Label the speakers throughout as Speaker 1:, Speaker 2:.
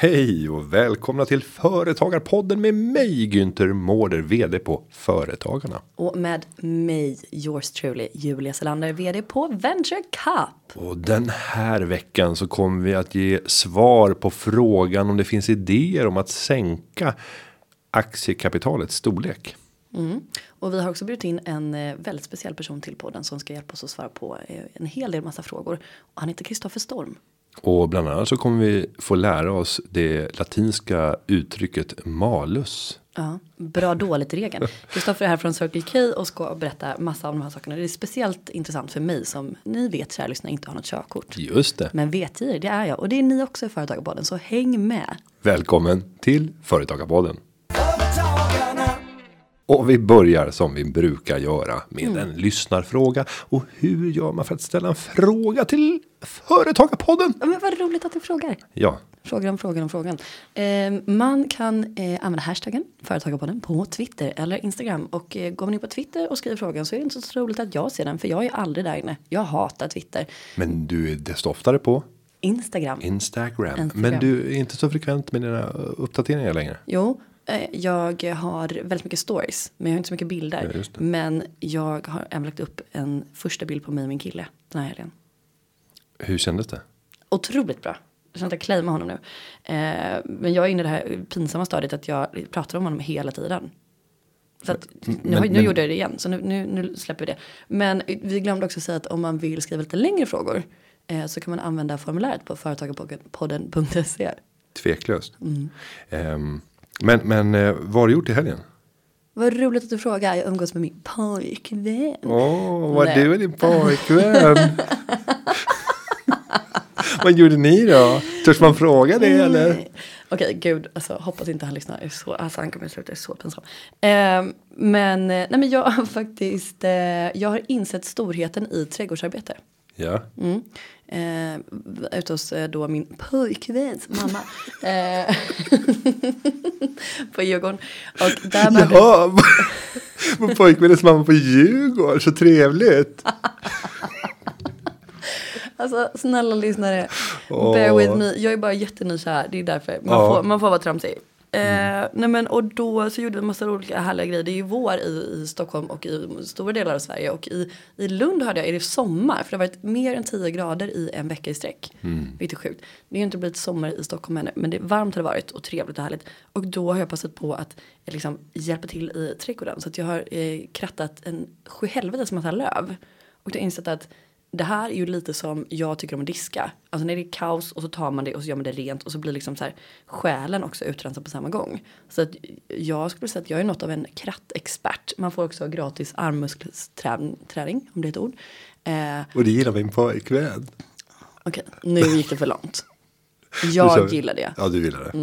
Speaker 1: Hej och välkomna till Företagarpodden med mig Günther Mårder, vd på Företagarna.
Speaker 2: Och med mig, yours truly, Julia Selander, vd på Venture Cup.
Speaker 1: Och den här veckan så kommer vi att ge svar på frågan om det finns idéer om att sänka aktiekapitalets storlek.
Speaker 2: Och vi har också bjudit in en väldigt speciell person till podden som ska hjälpa oss att svara på en hel del massa frågor. Och han heter Kristoffer Storm.
Speaker 1: Och bland annat så kommer vi få lära oss det latinska uttrycket malus.
Speaker 2: Ja, bra dåligt regeln. Kristoffer är här från Circle K och ska berätta massa av de här sakerna. Det är speciellt intressant för mig som ni vet, kära lyssnare, inte har något körkort.
Speaker 1: Just det.
Speaker 2: Men vetgir, det är jag. Och det är ni också i Företagarpodden, så häng med.
Speaker 1: Välkommen till Företagarpodden. Och vi börjar som vi brukar göra med en lyssnarfråga. Och hur gör man för att ställa en fråga till Företagarpodden?
Speaker 2: Ja, men vad roligt att du frågar.
Speaker 1: Ja.
Speaker 2: Frågan. Man kan använda hashtaggen Företagarpodden på Twitter eller Instagram. Och går man in på Twitter och skriver frågan så är det inte så roligt att jag ser den. För jag är aldrig där inne. Jag hatar Twitter.
Speaker 1: Men du är desto oftare på
Speaker 2: Instagram.
Speaker 1: Men du är inte så frekvent med dina uppdateringar längre.
Speaker 2: Jo, jag har väldigt mycket stories. Men jag har inte så mycket bilder.
Speaker 1: Ja,
Speaker 2: men jag har även lagt upp en första bild på mig och min kille den här helgen.
Speaker 1: Hur kändes det?
Speaker 2: Otroligt bra. Jag känner att jag claimar honom nu. Men jag är inne i det här pinsamma stadiet att jag pratar om honom hela tiden. Så att, nu gjorde jag det igen. Så nu släpper vi det. Men vi glömde också säga att om man vill skriva lite längre frågor så kan man använda formuläret på företagarpodden.se.
Speaker 1: Tveklöst. Men vad har du gjort i helgen?
Speaker 2: Vad roligt att du frågar. Jag umgås med min pojkvän.
Speaker 1: Vad är du och din pojkvän? Vad gjorde ni då? Törs man fråga det eller?
Speaker 2: Okej, gud, alltså hoppas inte han lyssnar. Alltså han kommer att sluta, är så pinsam. Men jag har faktiskt, jag har insett storheten i trädgårdsarbete.
Speaker 1: Ja.
Speaker 2: Ute hos då min pojkväns mamma. På Djurgården. Och där
Speaker 1: Jaha, min pojkväns mamma på Djurgården, så trevligt.
Speaker 2: Alltså, snälla lyssnare, bear with me. Jag är bara jättenykär, det är därför. Man får vara tramsig. Nej men, och då så gjorde vi en massa olika härliga grejer. Det är ju vår i Stockholm och i stora delar av Sverige. Och i Lund hörde jag, är det sommar? För det har varit mer än 10 grader i en vecka i sträck. Vilket är sjukt. Det är ju inte blivit sommar i Stockholm ännu. Men det är varmt har det varit och trevligt och härligt. Och då har jag passat på att liksom hjälpa till i trädgården. Så att jag har krattat en sjuhelvetes massa löv. Och jag har insett att det här är ju lite som jag tycker om att diska. Alltså när det är kaos och så tar man det och så gör man det rent. Och så blir liksom så här själen också utrensad på samma gång. Så att jag skulle säga att jag är något av en krattexpert. Man får också gratis armmuskelträning, om det är ett ord.
Speaker 1: Och det gillar min pojkvän.
Speaker 2: Okej, nu gick det för långt. Jag gillar det.
Speaker 1: Ja, du gillar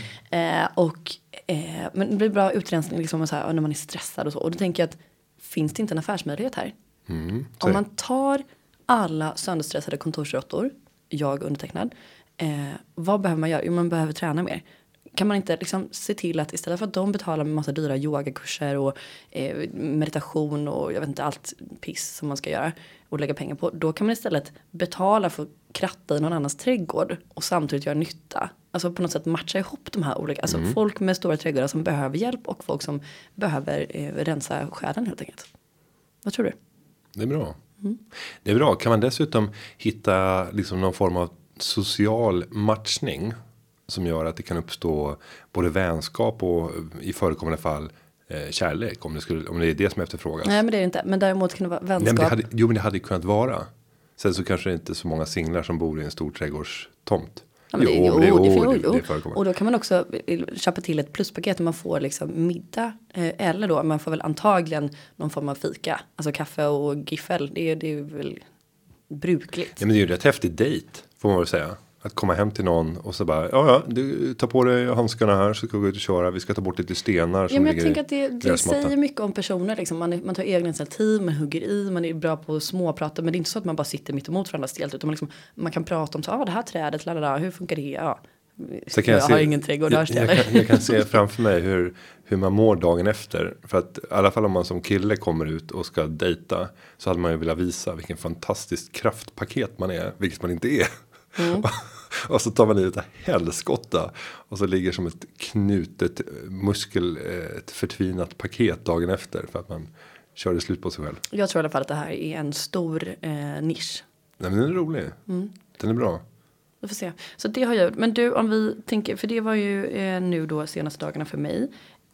Speaker 1: det.
Speaker 2: Men det blir bra utrensning liksom, så här, när man är stressad och så. Och då tänker jag att finns det inte en affärsmöjlighet här? Om man tar alla sönderstressade kontorsråttor, jag undertecknad, vad behöver man göra? Jo, man behöver träna mer. Kan man inte liksom se till att istället för att de betalar med massa dyra yogakurser och meditation och jag vet inte allt piss som man ska göra och lägga pengar på, då kan man istället betala för att kratta i någon annans trädgård och samtidigt göra nytta. Alltså på något sätt matcha ihop de här olika, alltså folk med stora trädgårdar som behöver hjälp och folk som behöver rensa själen helt enkelt. Vad tror du?
Speaker 1: Det är bra. Det är bra. Kan man dessutom hitta liksom någon form av social matchning som gör att det kan uppstå både vänskap och i förekommande fall kärlek om det är det som efterfrågas.
Speaker 2: Nej, men det är det inte. Men däremot kan det vara vänskap.
Speaker 1: Men det hade kunnat vara. Sen så kanske det inte är så många singlar som bor i en stor trädgårdstomt.
Speaker 2: Ja, det förekommer. Och då kan man också köpa till ett pluspaket om man får liksom middag. Eller då, man får väl antagligen någon form av fika. Alltså kaffe och giffel. Det är väl brukligt.
Speaker 1: Ja, men det är ju rätt häftig dejt, får man väl säga. Att komma hem till någon och så bara, ja, du tar på dig handskarna här så ska vi gå ut och köra. Vi ska ta bort lite stenar som
Speaker 2: men jag
Speaker 1: ligger
Speaker 2: tänker att det säger mycket om personer. Liksom. Man tar egna initiativ, man hugger i, man är bra på småprata. Men det är inte så att man bara sitter mitt emot varandra stelt. Utan man kan prata om så, det här trädet, hur funkar det? Ja. Jag har ingen trädgård
Speaker 1: jag kan se framför mig hur man mår dagen efter. För att i alla fall om man som kille kommer ut och ska dejta, så hade man ju velat visa vilken fantastiskt kraftpaket man är, vilket man inte är. Och så tar man i ett helskotta. Och så ligger som ett knutet ett förtvinat paket dagen efter. För att man körde slut på sig själv.
Speaker 2: Jag tror i alla fall att det här är en stor nisch.
Speaker 1: Nej, men den är rolig. Den är bra.
Speaker 2: Vi får se. Så det har jag gjort. Men du, om vi tänker, för det var ju nu då senaste dagarna för mig.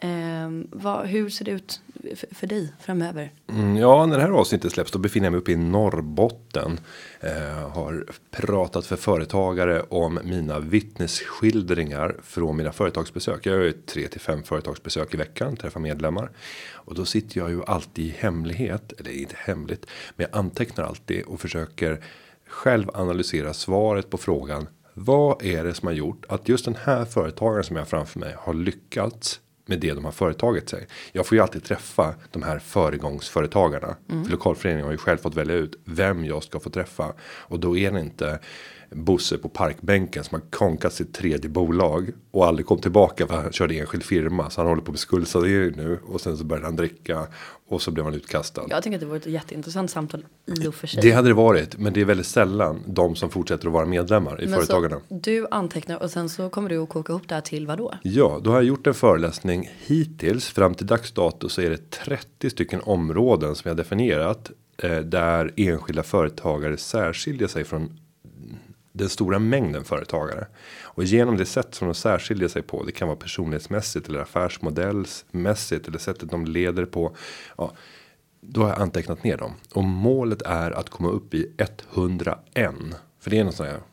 Speaker 2: Hur ser det ut för dig framöver?
Speaker 1: Ja, när det här avsnittet släpps då befinner jag mig uppe i Norrbotten. Har pratat för företagare om mina vittnesskildringar från mina företagsbesök. Jag gör 3-5 företagsbesök i veckan, träffar medlemmar. Och då sitter jag ju alltid i hemlighet, eller inte hemligt, men jag antecknar alltid och försöker själv analysera svaret på frågan. Vad är det som har gjort att just den här företagaren som jag har framför mig har lyckats med det de har företagit sig. Jag får ju alltid träffa de här föregångsföretagarna. För lokalföreningen har ju själv fått välja ut vem jag ska få träffa. Och då är det inte Bosse på parkbänken som har konkat sitt 3:e bolag. Och aldrig kom tillbaka för han körde enskild firma. Så han håller på med skuldsanering nu. Och sen så började han dricka. Och så blev han utkastad.
Speaker 2: Jag tänker att det var ett jätteintressant samtal i och för sig.
Speaker 1: Det hade det varit. Men det är väldigt sällan de som fortsätter att vara medlemmar i företagarna.
Speaker 2: Så du antecknar och sen så kommer du att koka ihop det här till vad då?
Speaker 1: Ja, då har jag gjort en föreläsning hittills. Fram till dagsdato så är det 30 stycken områden som jag definierat. Där enskilda företagare särskiljer sig från den stora mängden företagare. Och genom det sätt som de särskiljer sig på. Det kan vara personlighetsmässigt eller affärsmodellsmässigt. Eller sättet de leder på. Ja, då har jag antecknat ner dem. Och målet är att komma upp i 101. För det är något sånt här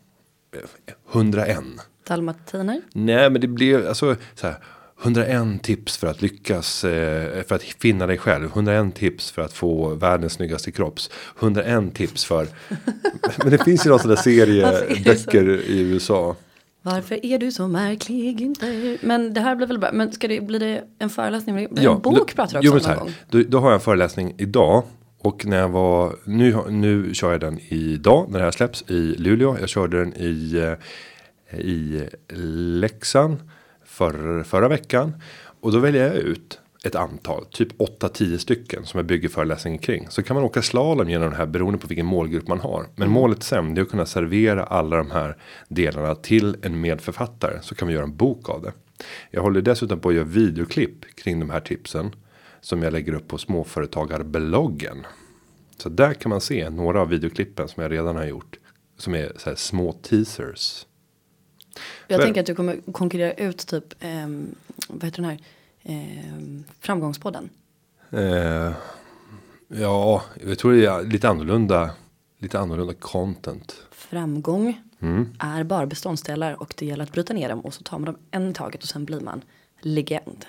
Speaker 1: 101.
Speaker 2: Dalmatiner?
Speaker 1: Nej, men det blir alltså så här 101 tips för att lyckas, för att finna dig själv. 101 tips för att få världens snyggaste kropps. 101 tips för... Men det finns ju någon sån där serieböcker i USA.
Speaker 2: Varför är du så märklig inte? Men det här blir väl bra. Men blir det en föreläsning? En bok pratar du också om någon gång.
Speaker 1: Då har jag en föreläsning idag. Och när jag var... Nu kör jag den idag när det här släpps i Luleå. Jag körde den i Leksand förra veckan. Och då väljer jag ut ett antal, typ 8-10 stycken som jag bygger föreläsningen kring. Så kan man åka slalom genom det här beroende på vilken målgrupp man har. Men målet sen är att kunna servera alla de här delarna till en medförfattare. Så kan vi göra en bok av det. Jag håller dessutom på att göra videoklipp kring de här tipsen. Som jag lägger upp på småföretagarbloggen. Så där kan man se några av videoklippen som jag redan har gjort. Som är så här små teasers.
Speaker 2: Jag tänker att du kommer konkurrera ut typ, vad heter den här, Framgångspodden.
Speaker 1: Ja, jag tror det är lite annorlunda content.
Speaker 2: Framgång är bara beståndsdelar och det gäller att bryta ner dem och så tar man dem en i taget och sen blir man legend.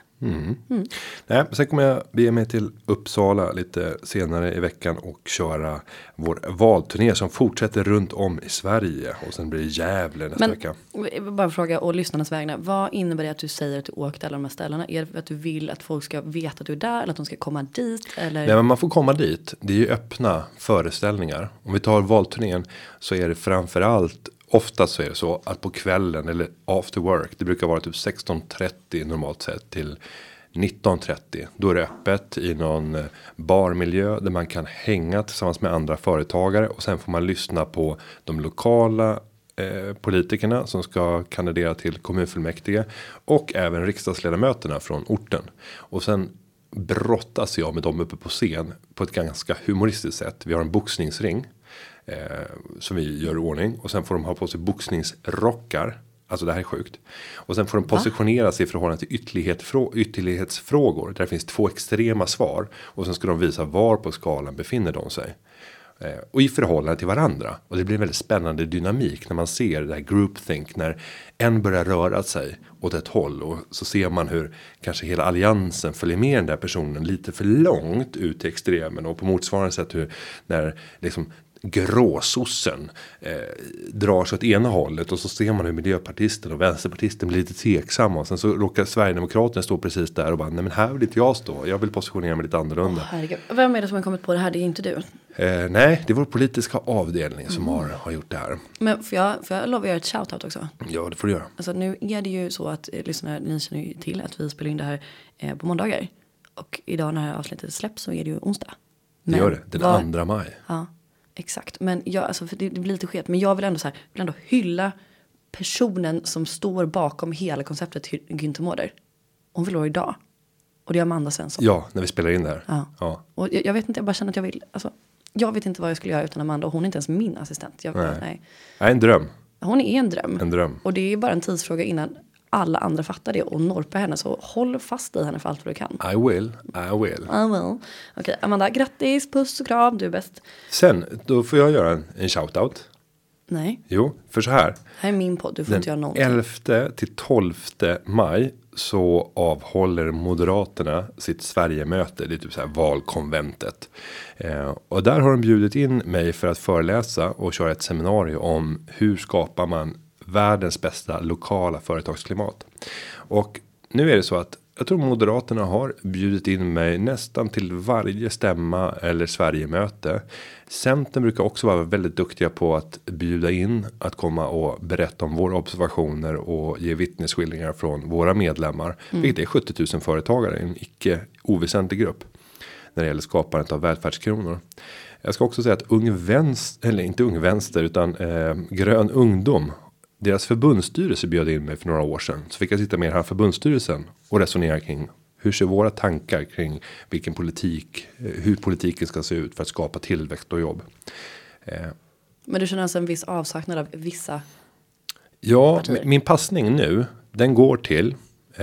Speaker 1: Nej, sen kommer jag bege mig till Uppsala lite senare i veckan och köra vår valturné som fortsätter runt om i Sverige. Och sen blir det Gävle nästa vecka.
Speaker 2: Bara fråga och lyssnarnas vägnar. Vad innebär det att du säger att du åker till alla de här ställena? Är det för att du vill att folk ska veta att du är där eller att de ska komma dit? Eller?
Speaker 1: Nej, men man får komma dit. Det är ju öppna föreställningar. Om vi tar valturnén så är det framförallt oftast så är det så att på kvällen eller after work, det brukar vara typ 16:30 normalt sett till 19:30. Då är det öppet i någon barmiljö där man kan hänga tillsammans med andra företagare. Och sen får man lyssna på de lokala politikerna som ska kandidera till kommunfullmäktige. Och även riksdagsledamöterna från orten. Och sen brottas jag med dem uppe på scen på ett ganska humoristiskt sätt. Vi har en boxningsring. Som vi gör i ordning. Och sen får de ha på sig boxningsrockar. Alltså det här är sjukt. Och sen får de positionera sig i förhållande till ytterlighetsfrågor. Där finns 2 extrema svar. Och sen ska de visa var på skalan befinner de sig. Och i förhållande till varandra. Och det blir en väldigt spännande dynamik när man ser det här groupthink. När en börjar röra sig åt ett håll. Och så ser man hur kanske hela alliansen följer med den där personen lite för långt ut till extremen. Och på motsvarande sätt hur när liksom gråsossen drar sig åt ena hållet och så ser man hur miljöpartisten och vänsterpartisten blir lite tveksamma och sen så råkar Sverigedemokraterna stå precis där och bara, nej men här vill inte jag stå, jag vill positionera mig lite annorlunda.
Speaker 2: Vem är det som har kommit på det här? Det är inte du.
Speaker 1: Nej, det är vår politiska avdelning som har gjort det här.
Speaker 2: Men får jag lov att göra ett shoutout också?
Speaker 1: Ja, det får du göra.
Speaker 2: Alltså nu är det ju så att lyssnare, ni känner ju till att vi spelar in det här på måndagar. Och idag när det här avsnittet släpps så är det ju onsdag.
Speaker 1: Men det gör det, den 2 maj.
Speaker 2: Ja. Exakt, men jag, alltså, för det blir lite sket. Men jag vill ändå hylla personen som står bakom hela konceptet Günther Mårder. Hon fyller år idag. Och det är Amanda Svensson.
Speaker 1: Ja, när vi spelar in det här.
Speaker 2: Ja. Och jag vet inte, jag bara känner att jag vill. Alltså, jag vet inte vad jag skulle göra utan Amanda. Och hon är inte ens min assistent.
Speaker 1: Nej, en dröm.
Speaker 2: Hon är en dröm.
Speaker 1: En dröm.
Speaker 2: Och det är bara en tidsfråga innan alla andra fattar det och norpa henne. Så håll fast i henne för allt vad du kan.
Speaker 1: I will.
Speaker 2: Okej, Amanda, grattis, puss och kram, du är bäst.
Speaker 1: Sen, då får jag göra en shoutout.
Speaker 2: Nej.
Speaker 1: Jo, för så här.
Speaker 2: Här är min podd, du får inte göra någonting.
Speaker 1: 11 till 12 maj så avhåller Moderaterna sitt Sverigemöte. Det är typ så här valkonventet. Och där har de bjudit in mig för att föreläsa och köra ett seminarium om hur skapar man världens bästa lokala företagsklimat. Och nu är det så att jag tror Moderaterna har bjudit in mig nästan till varje stämma eller Sverigemöte. Centern brukar också vara väldigt duktiga på att bjuda in, att komma och berätta om våra observationer och ge vittnesskildringar från våra medlemmar. Vilket är 70 000 företagare, en icke oväsentlig grupp när det gäller skapandet av välfärdskronor. Jag ska också säga att Ung Vänster utan Grön Ungdom, deras förbundsstyrelse bjöd in mig för några år sedan. Så fick jag sitta med här förbundsstyrelsen och resonera kring hur ser våra tankar kring vilken politik, hur politiken ska se ut för att skapa tillväxt och jobb.
Speaker 2: Men du känner alltså en viss avsaknad av vissa
Speaker 1: partier? Min passning nu, den går till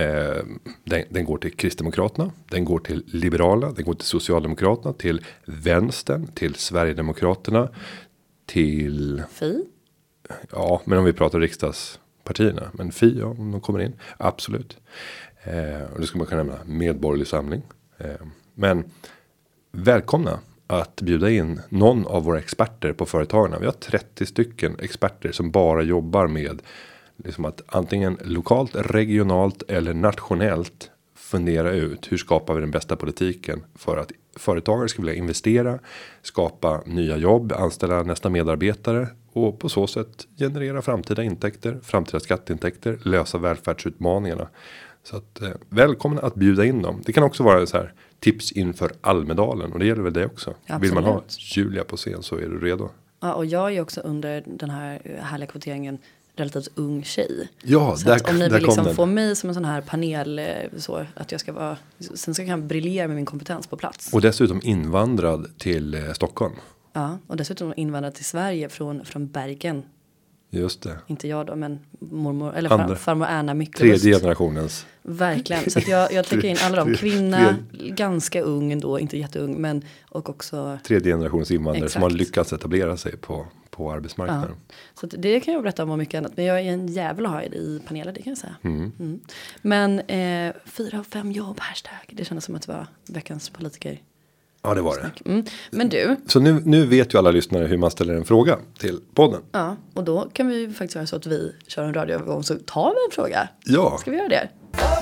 Speaker 1: den går till Kristdemokraterna, den går till Liberalerna, den går till Socialdemokraterna, till Vänstern, till Sverigedemokraterna, till
Speaker 2: Fi?
Speaker 1: Ja, men om vi pratar riksdagspartierna. Men Fi, ja, om de kommer in. Absolut. Och det ska man kunna nämna. Medborgerlig samling. Men välkomna att bjuda in någon av våra experter på företagarna. Vi har 30 stycken experter som bara jobbar med liksom att antingen lokalt, regionalt eller nationellt fundera ut hur skapar vi den bästa politiken för att företagare ska vilja investera, skapa nya jobb, anställa nästa medarbetare och på så sätt generera framtida intäkter, framtida skatteintäkter, lösa välfärdsutmaningarna. Så att välkomna att bjuda in dem. Det kan också vara så här tips inför Almedalen och det gäller väl det också. Absolut. Vill man ha Julia på scen så är du redo.
Speaker 2: Ja, och jag är också under den här härliga kvoteringen relativt ung tjej.
Speaker 1: Ja,
Speaker 2: så där, om ni vill liksom få mig som en sån här panel så att jag ska vara, sen ska jag kan briljera med min kompetens på plats.
Speaker 1: Och dessutom invandrad till Stockholm.
Speaker 2: Ja, och dessutom invandrad till Sverige från Bergen.
Speaker 1: Just det.
Speaker 2: Inte jag då, men mormor eller farmor Erna mycket.
Speaker 1: Tredje generationens.
Speaker 2: Verkligen, så att jag täcker in alla de kvinna, ganska ung ändå, inte jätteung, men och också
Speaker 1: tredje generationens invandrare som har lyckats etablera sig på arbetsmarknaden.
Speaker 2: Ja. Så att det kan jag berätta om mycket annat, men jag är en jävel att ha i panelen, det kan jag säga. Men 4 av 5 jobb, hashtag, det kändes som att det var veckans politiker.
Speaker 1: Ja, det var det.
Speaker 2: Men du.
Speaker 1: Så nu vet ju alla lyssnare hur man ställer en fråga till podden.
Speaker 2: Ja, och då kan vi faktiskt göra så att vi kör en radioövergång så tar vi en fråga.
Speaker 1: Ja.
Speaker 2: Ska vi göra det?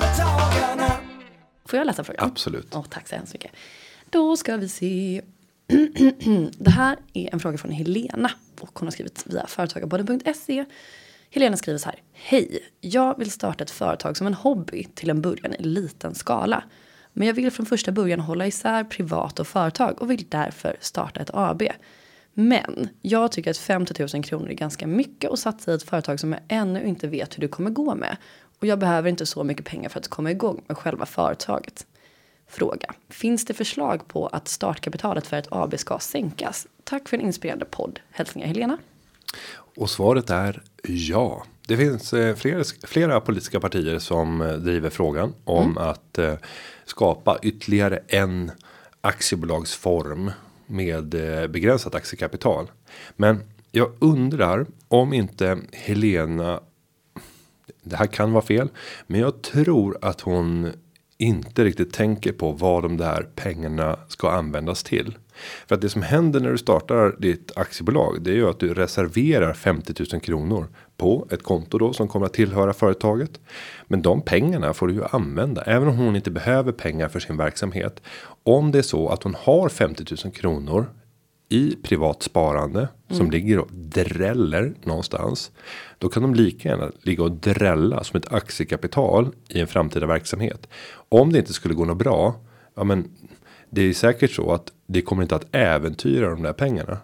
Speaker 2: Får jag läsa frågan?
Speaker 1: Absolut.
Speaker 2: Tack så hemskt mycket. Då ska vi se. Det här är en fråga från Helena. Och hon har skrivit via företagarpodden.se. Helena skriver så här. Hej, jag vill starta ett företag som en hobby till en början i liten skala. Men jag vill från första början hålla isär privat och företag och vill därför starta ett AB. Men jag tycker att 50 000 kronor är ganska mycket att satsa i ett företag som jag ännu inte vet hur det kommer gå med. Och jag behöver inte så mycket pengar för att komma igång med själva företaget. Fråga. Finns det förslag på att startkapitalet för ett AB ska sänkas? Tack för en inspirerande podd. Hälsningar Helena.
Speaker 1: Och svaret är ja. Det finns flera politiska partier som driver frågan om att skapa ytterligare en aktiebolagsform med begränsat aktiekapital. Men jag undrar om inte Helena, det här kan vara fel, men jag tror att hon inte riktigt tänker på vad de där pengarna ska användas till. För att det som händer när du startar ditt aktiebolag, det är ju att du reserverar 50 000 kronor på ett konto då som kommer att tillhöra företaget. Men de pengarna får du ju använda även om hon inte behöver pengar för sin verksamhet. Om det är så att hon har 50 000 kronor i privat sparande som ligger och dräller någonstans, då kan de lika gärna ligga och drälla som ett aktiekapital i en framtida verksamhet. Om det inte skulle gå något bra, ja men det är säkert så att det kommer inte att äventyra de där pengarna.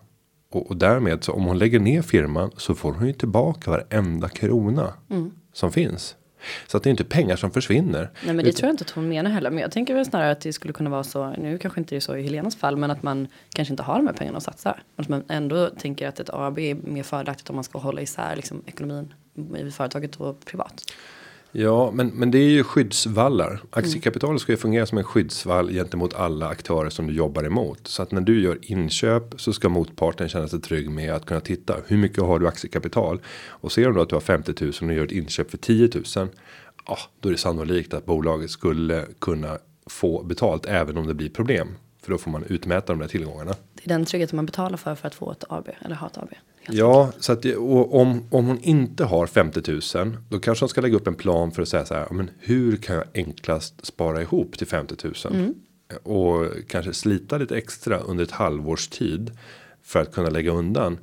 Speaker 1: Och därmed så om hon lägger ner firman så får hon ju tillbaka varenda krona som finns. Så att det är inte pengar som försvinner.
Speaker 2: Nej, men det tror jag inte att hon menar heller. Men jag tänker väl snarare att det skulle kunna vara så. Nu kanske inte det är så i Helenas fall. Men att man kanske inte har de här pengarna att satsa. Att man ändå tänker att ett AB är mer fördelaktigt om man ska hålla isär liksom, ekonomin i företaget och privat.
Speaker 1: Ja, men det är ju skyddsvallar. Aktiekapital ska ju fungera som en skyddsvall gentemot alla aktörer som du jobbar emot. Så att när du gör inköp så ska motparten känna sig trygg med att kunna titta. Hur mycket har du aktiekapital? Och ser de då att du har 50 000 och gör ett inköp för 10 000. Ja, då är det sannolikt att bolaget skulle kunna få betalt även om det blir problem. För då får man utmäta de där tillgångarna. Det
Speaker 2: är den tryggheten man betalar för att få ett AB eller ha ett AB.
Speaker 1: Ja, så att om hon inte har 50 000 då kanske hon ska lägga upp en plan för att säga så här, men hur kan jag enklast spara ihop till 50 000 och kanske slita lite extra under ett halvårs tid för att kunna lägga undan.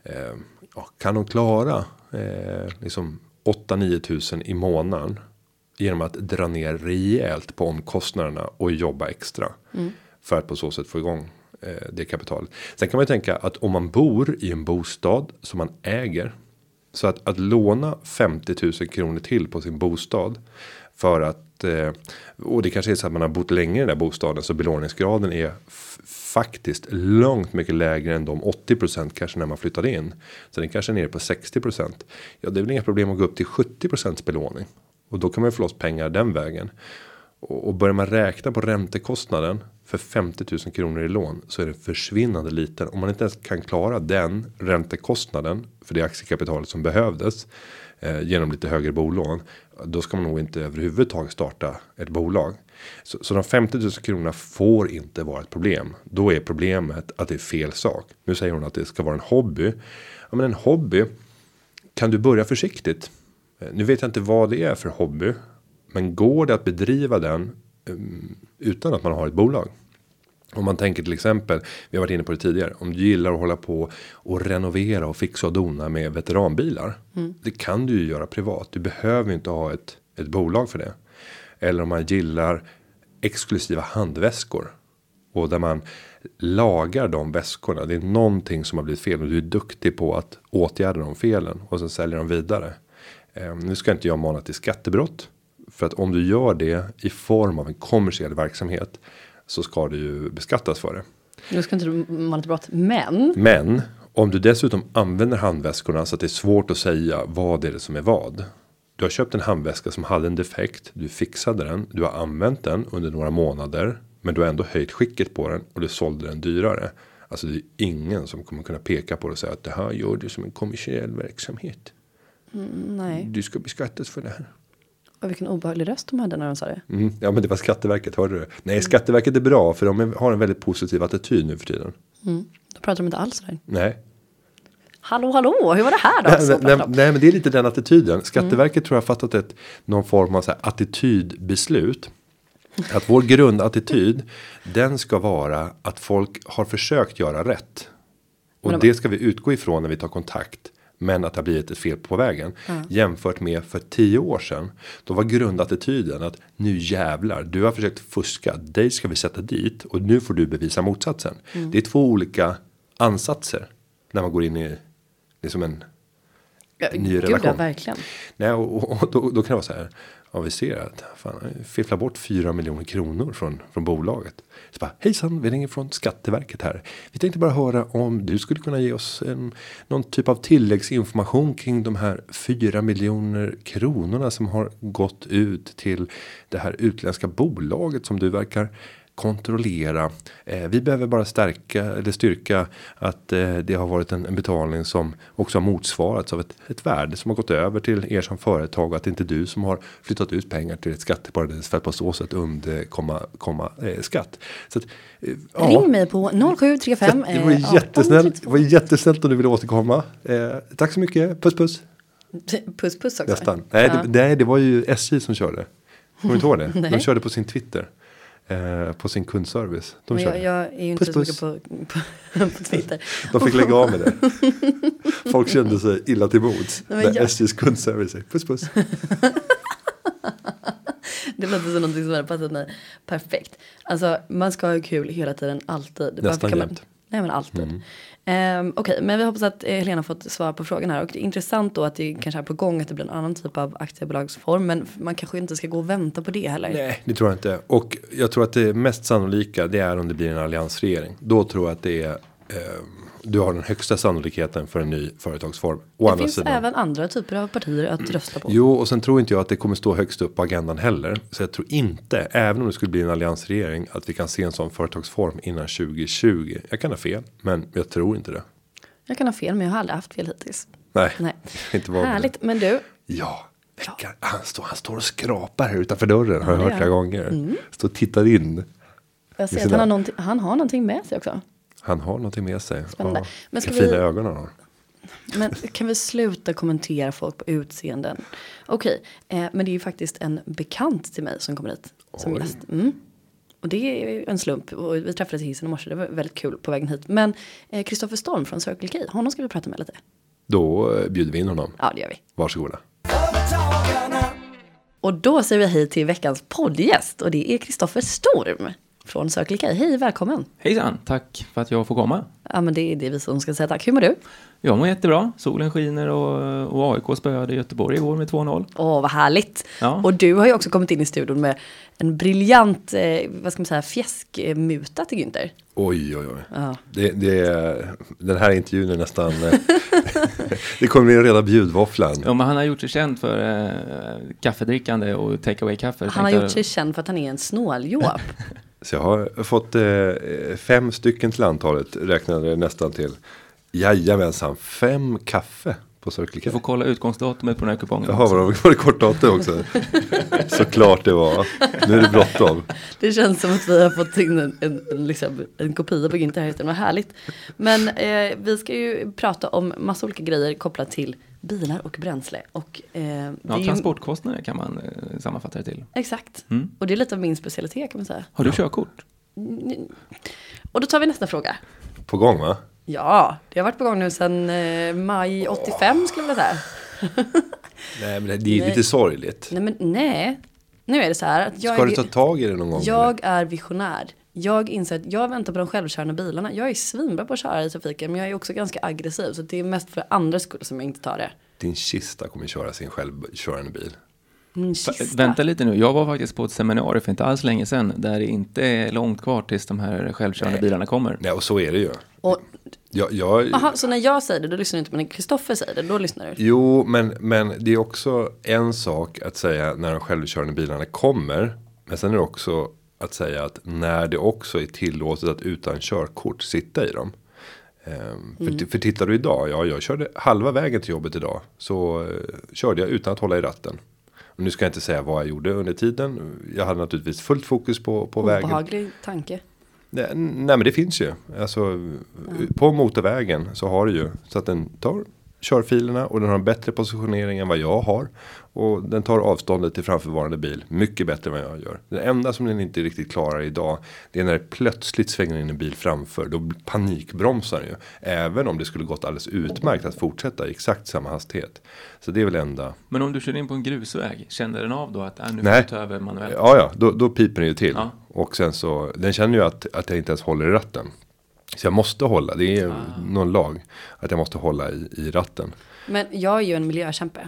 Speaker 1: Kan hon klara liksom 8-9 000 i månaden genom att dra ner rejält på omkostnaderna och jobba extra för att på så sätt få igång det kapitalet. Sen kan man ju tänka att om man bor i en bostad som man äger. Så att låna 50 000 kronor till på sin bostad. För att, och det kanske är så att man har bott länge i den där bostaden. Så belåningsgraden är faktiskt långt mycket lägre än de 80% kanske när man flyttade in. Så den kanske är nere på 60%. Ja, det är väl inga problem att gå upp till 70% belåning. Och då kan man få loss pengar den vägen. Och börjar man räkna på räntekostnaden för 50 000 kronor i lån så är det försvinnande liten. Om man inte ens kan klara den räntekostnaden för det aktiekapitalet som behövdes genom lite högre bolån. Då ska man nog inte överhuvudtaget starta ett bolag. Så de 50 000 kronorna får inte vara ett problem. Då är problemet att det är fel sak. Nu säger hon att det ska vara en hobby. Ja, men en hobby kan du börja försiktigt. Nu vet jag inte vad det är för hobby. Men går det att bedriva den utan att man har ett bolag? Om man tänker till exempel, vi har varit inne på det tidigare. Om du gillar att hålla på och renovera och fixa och dona med veteranbilar. Det kan du ju göra privat. Du behöver inte ha ett bolag för det. Eller om man gillar exklusiva handväskor. Och där man lagar de väskorna. Det är någonting som har blivit fel. Och du är duktig på att åtgärda de felen. Och sen säljer de vidare. Nu ska inte jag mana till skattebrott. För att om du gör det i form av en kommersiell verksamhet så ska du ju beskattas för det.
Speaker 2: Nu ska inte du mana till brott,
Speaker 1: Men om du dessutom använder handväskorna så att det är svårt att säga vad är det som är vad. Du har köpt en handväska som hade en defekt, du fixade den, du har använt den under några månader. Men du har ändå höjt skicket på den och du sålde den dyrare. Alltså det är ingen som kommer kunna peka på det och säga att det här gör du som en kommersiell verksamhet.
Speaker 2: Nej.
Speaker 1: Du ska beskattas för det här.
Speaker 2: Och vilken obehaglig röst de hade när de sa det.
Speaker 1: Ja, men det var Skatteverket, hörde du? Nej, Skatteverket är bra för de har en väldigt positiv attityd nu för tiden.
Speaker 2: Då pratar de inte alls där.
Speaker 1: Nej.
Speaker 2: Hallå, hur var det här då?
Speaker 1: Nej, men det är lite den attityden. Skatteverket tror jag har fattat någon form av så här attitydbeslut. Att vår grundattityd, den ska vara att folk har försökt göra rätt. Och det ska vi utgå ifrån när vi tar kontakt. Men att det har blivit ett fel på vägen. Jämfört med för 10 år sedan. Då var grundattityden att nu jävlar. Du har försökt fuska. Dig ska vi sätta dit. Och nu får du bevisa motsatsen. Det är 2 olika ansatser. När man går in i liksom en ny relation.
Speaker 2: Ja, verkligen.
Speaker 1: Nej, och då kan det vara så här. Ja, vi ser att fifflar bort 4 miljoner kronor från bolaget. Så bara, hejsan, vi ringer från Skatteverket här. Vi tänkte bara höra om du skulle kunna ge oss någon typ av tilläggsinformation kring de här 4 miljoner kronorna som har gått ut till det här utländska bolaget som du verkar kontrollera. Vi behöver bara styrka att det har varit en betalning som också har motsvarats av ett värde som har gått över till er som företag och att det inte är du som har flyttat ut pengar till ett skatteparadis för att på så sätt undkomma skatt. Så att,
Speaker 2: ring mig på 0735.
Speaker 1: Det var jättesnällt om du ville återkomma. Tack så mycket. Puss.
Speaker 2: Puss också.
Speaker 1: Nästan. Nej, det var ju SJ som körde. Kommer du inte ihåg det? De körde på sin Twitter. På sin kundservice.
Speaker 2: Jag är ju inte så mycket på Twitter.
Speaker 1: De fick lägga av med det. Folk kände sig illa till mods. När SJs kundservice säger puss.
Speaker 2: Det låter som någonting som hade passat mig perfekt. Alltså man ska ha kul hela tiden, alltid.
Speaker 1: Nästan jämt.
Speaker 2: Nej, men alltid. Okej, men vi hoppas att Helena fått svar på frågan här. Och det är intressant då att det kanske är på gång att det blir en annan typ av aktiebolagsform. Men man kanske inte ska gå och vänta på det heller.
Speaker 1: Nej, det tror jag inte. Och jag tror att det mest sannolika, det är om det blir en alliansregering. Då tror jag att det är... du har den högsta sannolikheten för en ny företagsform.
Speaker 2: Det finns även andra typer av partier att rösta på.
Speaker 1: Jo, och sen tror inte jag att det kommer stå högst upp på agendan heller. Så jag tror inte, även om det skulle bli en alliansregering, att vi kan se en sån företagsform innan 2020. Jag kan ha fel, men jag tror inte det.
Speaker 2: Jag kan ha fel, men jag har aldrig haft fel hittills.
Speaker 1: Nej.
Speaker 2: Inte härligt, men du.
Speaker 1: Ja, han står och skrapar här utanför dörren. Har jag hört flera gånger. Står och tittar in.
Speaker 2: Jag ser att han har någonting med sig också.
Speaker 1: Han har någonting med sig.
Speaker 2: Spännande.
Speaker 1: Ja,
Speaker 2: men ska
Speaker 1: fina ögon har han.
Speaker 2: Men kan vi sluta kommentera folk på utseenden? Okej, men det är ju faktiskt en bekant till mig som kommer hit som gäst. Och det är en slump. Och vi träffades i hissen i morse. Det var väldigt kul på vägen hit. Men Kristoffer Storm från Circle K. Honom ska vi prata med lite.
Speaker 1: Då bjuder vi in honom.
Speaker 2: Ja, det gör vi.
Speaker 1: Varsågoda.
Speaker 2: Och då säger vi hej till veckans poddgäst. Och det är Kristoffer Storm från Circle K. Hej, välkommen.
Speaker 3: Hejsan, tack för att jag får komma.
Speaker 2: Ja, men det är vi som ska säga tack. Hur mår du?
Speaker 3: Jag mår jättebra. Solen skiner och AIK spöade Göteborg igår med 2-0.
Speaker 2: Åh, vad härligt. Ja. Och du har ju också kommit in i studion med en briljant, vad ska man säga, fjäskmuta till Günther.
Speaker 1: Oj. Ja. Den här intervjun är nästan... det kommer bli en reda bjudvåfflan.
Speaker 3: Ja, men han har gjort sig känd för kaffedrickande och take-away-kaffe.
Speaker 2: Han har gjort sig känd för att han är en snåljåp.
Speaker 1: Så jag har fått 5 stycken till antalet, räknade nästan till. Jajamensan, 5 kaffe på Circle K.
Speaker 3: Du får kolla utgångsdatumet på den här kupongen.
Speaker 1: Jaha, var det kort datum också? Såklart det var. Nu är det bråttom.
Speaker 2: Det känns som att vi har fått in en kopia på Günther här. Det var härligt. Men vi ska ju prata om massa olika grejer kopplat till bilar och bränsle. Och,
Speaker 3: transportkostnader kan man sammanfatta det till.
Speaker 2: Exakt. Och det är lite av min specialitet kan man säga.
Speaker 3: Har du körkort?
Speaker 2: Och då tar vi nästa fråga.
Speaker 1: På gång, va?
Speaker 2: Ja, det har varit på gång nu sedan maj 85 skulle jag vilja säga.
Speaker 1: Nej, men det är lite sorgligt.
Speaker 2: Nej. Nu är det så här att
Speaker 1: ska du ta tag i det någon gång?
Speaker 2: Jag är visionär. Jag inser att jag väntar på de självkörande bilarna. Jag är svinbra på att köra i trafiken, men jag är också ganska aggressiv. Så det är mest för andra skull som jag inte tar det.
Speaker 1: Din kista kommer köra sin självkörande bil.
Speaker 2: Min kista?
Speaker 3: Vänta lite nu. Jag var faktiskt på ett seminarium för inte alls länge sedan. Där det inte är långt kvar tills de här självkörande bilarna kommer.
Speaker 1: Nej, och så är det ju.
Speaker 2: Aha, så när jag säger det, då lyssnar du inte. Men när Kristoffer säger det, då lyssnar du.
Speaker 1: Jo, men det är också en sak att säga när de självkörande bilarna kommer. Men sen är det också att säga att när det också är tillåtet att utan körkort sitta i dem. För tittar du idag, jag körde halva vägen till jobbet idag. Så körde jag utan att hålla i ratten. Och nu ska jag inte säga vad jag gjorde under tiden. Jag hade naturligtvis fullt fokus på vägen.
Speaker 2: Obehaglig tanke.
Speaker 1: Nej, men det finns ju. Alltså, på motorvägen så har du ju så att den tar körfilerna och den har en bättre positionering än vad jag har. Och den tar avståndet till framförvarande bil mycket bättre än vad jag gör. Det enda som den inte riktigt klarar idag, det är när det plötsligt svänger in en bil framför. Då panikbromsar den ju. Även om det skulle gått alldeles utmärkt att fortsätta i exakt samma hastighet. Så det är väl enda.
Speaker 3: Men om du kör in på en grusväg, känner den av då att nu får du ta över manuellt?
Speaker 1: Ja, då piper den ju till.
Speaker 3: Ja.
Speaker 1: Och sen så, den känner ju att jag inte ens håller i ratten. Så jag måste hålla, det är någon lag att jag måste hålla i ratten.
Speaker 2: Men jag är ju en miljökämpe.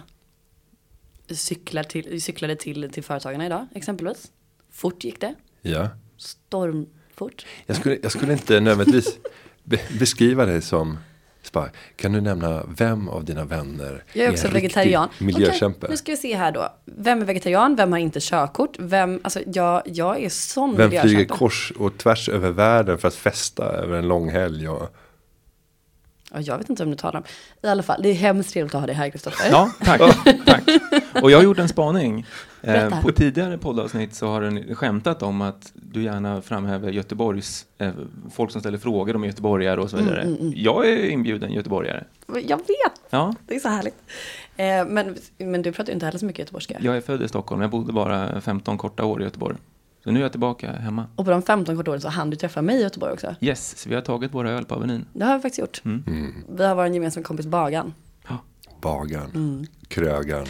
Speaker 2: Cyklade till företagarna idag exempelvis. Fort gick det.
Speaker 1: Ja.
Speaker 2: Stormfort.
Speaker 1: Jag skulle inte nödvändigtvis beskriva dig som kan du nämna vem av dina vänner
Speaker 2: jag är också vegetarian.
Speaker 1: Miljökämpe?
Speaker 2: Okej, nu ska vi se här då. Vem är vegetarian? Vem har inte körkort? Jag är sån
Speaker 1: vem
Speaker 2: miljökämpe.
Speaker 1: flyger kors och tvärs över världen för att festa över en lång helg? Ja,
Speaker 2: jag vet inte om du talar om. I alla fall, det är hemskt trevligt att ha dig här, Kristoffer.
Speaker 3: Ja, tack. Och jag gjorde en spaning. På tidigare poddavsnitt så har du skämtat om att du gärna framhäver Göteborgs folk som ställer frågor om göteborgare och så vidare. Jag är inbjuden göteborgare.
Speaker 2: Jag vet.
Speaker 3: Ja.
Speaker 2: Det är så härligt. Men du pratar ju inte heller så mycket göteborgska.
Speaker 3: Jag är född i Stockholm. Jag bodde bara 15 korta år i Göteborg. Så nu är jag tillbaka hemma.
Speaker 2: Och på de 15 korta åren så hann du träffa mig i Göteborg också.
Speaker 3: Yes, så vi har tagit våra öl på Avenyn.
Speaker 2: Det har vi faktiskt gjort. Vi har varit en gemensam kompis Bagan.
Speaker 3: Ja.
Speaker 1: Bagan, Krögan.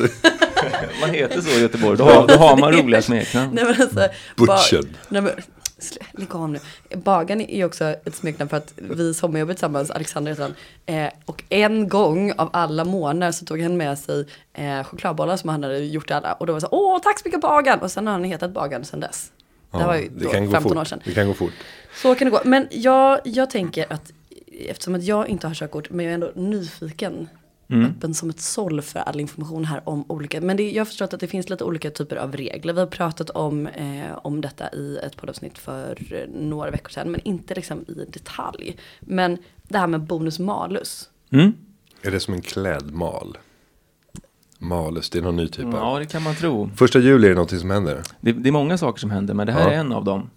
Speaker 3: Man heter så i Göteborg. Då har man roliga smeknamn.
Speaker 1: Butchen.
Speaker 2: Lägg av nu. Bagan är ju också ett smeknamn för att vi sommarjobbade tillsammans, Alexander heter han. Och en gång av alla månader så tog han med sig chokladbollar som han hade gjort till alla. Och då var det så, tack så mycket Bagan. Och sen har han hetat Bagan sedan dess.
Speaker 1: Ja,
Speaker 2: det var ju då 15 år sedan.
Speaker 1: Det kan gå fort.
Speaker 2: Så kan det gå. Men jag tänker att eftersom att jag inte har körkort, men jag är ändå nyfiken. Öppen som ett såll för all information här om olika. Men jag har förstått att det finns lite olika typer av regler. Vi har pratat om detta i ett poddavsnitt för några veckor sedan. Men inte liksom i detalj. Men det här med bonus malus.
Speaker 1: Är det som en klädmal? Malus, det är någon ny typ av...
Speaker 3: Ja, det kan man tro.
Speaker 1: 1 juli är det någonting som händer.
Speaker 3: Det är många saker som händer, men det här är en av dem.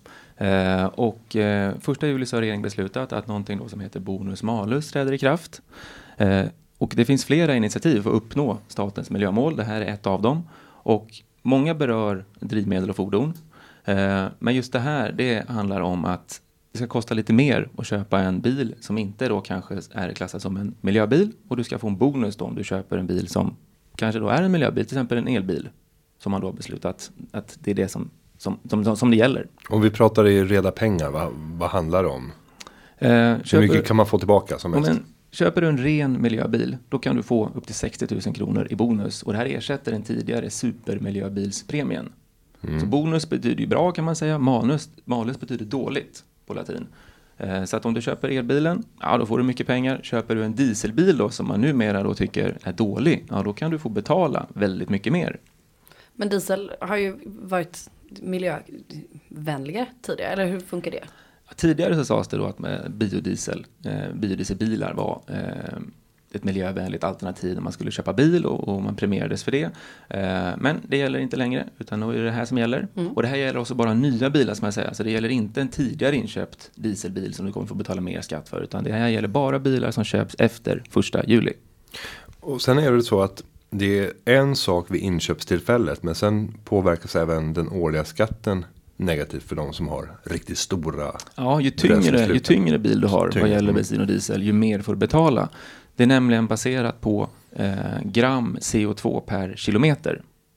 Speaker 3: 1 juli så har regeringen beslutat att någonting då som heter bonus malus träder i kraft. Och det finns flera initiativ för att uppnå statens miljömål. Det här är ett av dem. Och många berör drivmedel och fordon. Men just det här, det handlar om att det ska kosta lite mer att köpa en bil som inte då kanske är klassad som en miljöbil. Och du ska få en bonus då om du köper en bil som kanske då är en miljöbil, till exempel en elbil. Som man då har beslutat att det är det som det gäller.
Speaker 1: Om vi pratar i reda pengar, vad handlar det om? Hur mycket kan man få tillbaka som mest?
Speaker 3: Köper du en ren miljöbil, då kan du få upp till 60 000 kronor i bonus. Och det här ersätter den tidigare supermiljöbilspremien. Så bonus betyder ju bra kan man säga. Malus betyder dåligt på latin. Så att om du köper elbilen, ja då får du mycket pengar. Köper du en dieselbil då som man numera då tycker är dålig, ja då kan du få betala väldigt mycket mer.
Speaker 2: Men diesel har ju varit miljövänligare tidigare, eller hur funkar det?
Speaker 3: Tidigare så sades det då att med biodieselbilar var ett miljövänligt alternativ när man skulle köpa bil och man premierades för det. Men det gäller inte längre, utan nu är det här som gäller. Och det här gäller också bara nya bilar som jag säger. Så det gäller inte en tidigare inköpt dieselbil som du kommer få betala mer skatt för, utan det här gäller bara bilar som köps efter 1 juli.
Speaker 1: Och sen är det så att det är en sak vid inköpstillfället, men sen påverkas även den årliga skatten negativt för de som har riktigt stora...
Speaker 3: Ja, ju tyngre bil du har vad gäller bensin och diesel, ju mer får du betala. Det är nämligen baserat på gram CO2 per kilometer.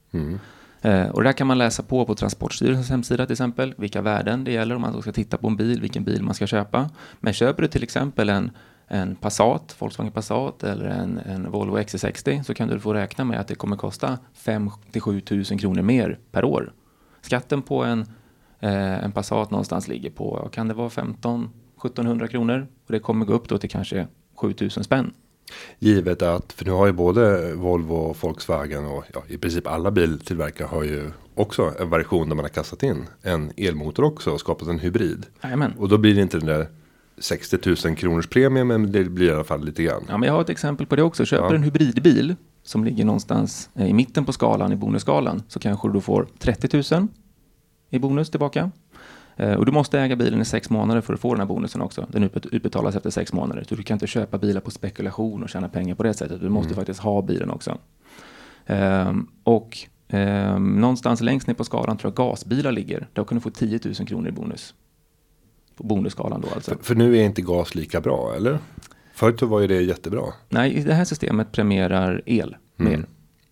Speaker 3: Och det där kan man läsa på Transportstyrelsens hemsida till exempel, vilka värden det gäller om man ska titta på en bil, vilken bil man ska köpa. Men köper du till exempel en Passat, Volkswagen Passat eller en Volvo XC60, så kan du få räkna med att det kommer kosta 5-7 000 kronor mer per år. Skatten på en Passat någonstans ligger på, kan det vara 15-1700 kronor? Och det kommer gå upp då till kanske 7000 spänn.
Speaker 1: Givet att, för nu har ju både Volvo och Volkswagen och i princip alla biltillverkare har ju också en version där man har kastat in en elmotor också och skapat en hybrid.
Speaker 3: Amen.
Speaker 1: Och då blir det inte den där 60 000 kronors premie, men det blir i alla fall lite grann.
Speaker 3: Ja, men jag har ett exempel på det också. Köper en hybridbil som ligger någonstans i mitten på skalan, i bonusskalan, så kanske du får 30 000 i bonus tillbaka. Och du måste äga bilen i 6 månader för att få den här bonusen också. Den utbetalas efter 6 månader. Så du kan inte köpa bilar på spekulation och tjäna pengar på det sättet. Du måste faktiskt ha bilen också. Någonstans längst ner på skalan tror jag gasbilar ligger. Då kan du få 10 000 kronor i bonus. På bonusskalan då alltså.
Speaker 1: För nu är inte gas lika bra, eller? Förut var ju det jättebra.
Speaker 3: Nej, det här systemet premierar el mer.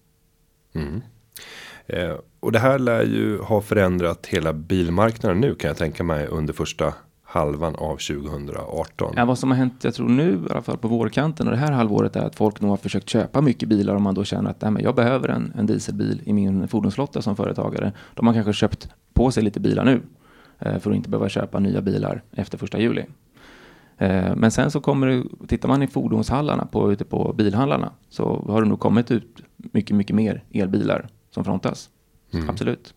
Speaker 1: Och det här lär ju ha förändrat hela bilmarknaden nu, kan jag tänka mig, under första halvan av 2018.
Speaker 3: Ja, vad som har hänt, jag tror nu i alla fall på vårkanten och det här halvåret, är att folk nog har försökt köpa mycket bilar om man då känner att jag behöver en dieselbil i min fordonsflotta som företagare. De har kanske köpt på sig lite bilar nu för att inte behöva köpa nya bilar efter 1 juli. Men sen så tittar man i fordonshallarna ute på bilhandlarna, så har det nog kommit ut mycket, mycket mer elbilar som frontas. Absolut.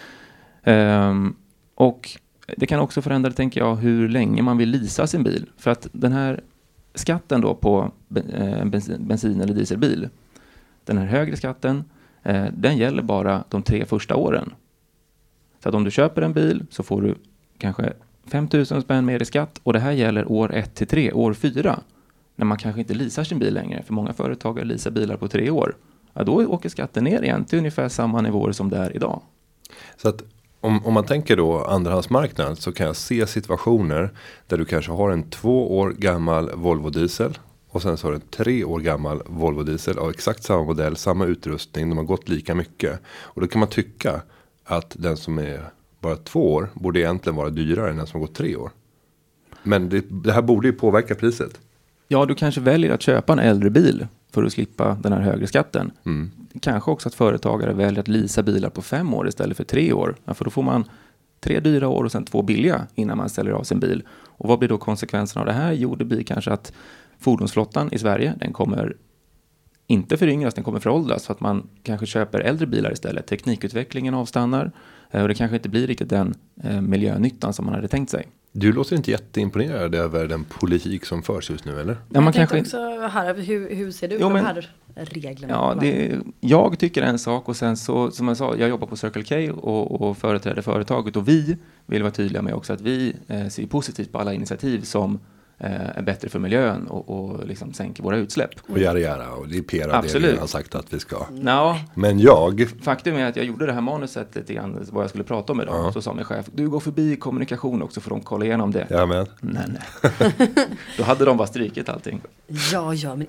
Speaker 3: Och det kan också förändra, tänker jag, hur länge man vill leasa sin bil. För att den här skatten då på bensin- eller dieselbil, den här högre skatten, den gäller bara de 3 första åren. Så att om du köper en bil så får du kanske 5 000 spänn mer i skatt, och det här gäller år 1-3, år 4, när man kanske inte leasar sin bil längre. För många företagare leasar bilar på 3 år. Ja, då åker skatten ner igen till ungefär samma nivåer som det är idag.
Speaker 1: Så att om man tänker då andrahandsmarknad, så kan jag se situationer där du kanske har en 2 år gammal Volvo diesel och sen så har du en 3 år gammal Volvo diesel av exakt samma modell, samma utrustning, de har gått lika mycket. Och då kan man tycka att den som är bara 2 år borde egentligen vara dyrare än den som har gått 3 år. Men det här borde ju påverka priset.
Speaker 3: Ja, du kanske väljer att köpa en äldre bil för att slippa den här högre skatten. Kanske också att företagare väljer att leasa bilar på 5 år istället för 3 år. Ja, för då får man 3 dyra år och sen 2 billiga innan man ställer av sin bil. Och vad blir då konsekvenserna av det här? Jo, det blir kanske att fordonsflottan i Sverige, den kommer inte föryngras, den kommer föråldras för att man kanske köper äldre bilar istället. Teknikutvecklingen avstannar och det kanske inte blir riktigt den miljönyttan som man hade tänkt sig.
Speaker 1: Du låter inte jätteimponerad över den politik som förs just nu, eller?
Speaker 2: Ja, man kanske också här, hur ser du på de här reglerna?
Speaker 3: Ja, jag tycker en sak och sen så, som jag sa, jag jobbar på Circle K och företräder företaget och vi vill vara tydliga med också att vi ser positivt på alla initiativ som är bättre för miljön och liksom sänker våra utsläpp.
Speaker 1: Och göra och det är Pera det vi har sagt att vi ska.
Speaker 3: Ja.
Speaker 1: Men
Speaker 3: faktum är att jag gjorde det här manuset lite grann vad jag skulle prata om idag. Så sa min chef, du går förbi kommunikation också för de kolla igenom det.
Speaker 1: Ja, men.
Speaker 3: Nej. Då hade de bara strykit allting.
Speaker 2: Ja, men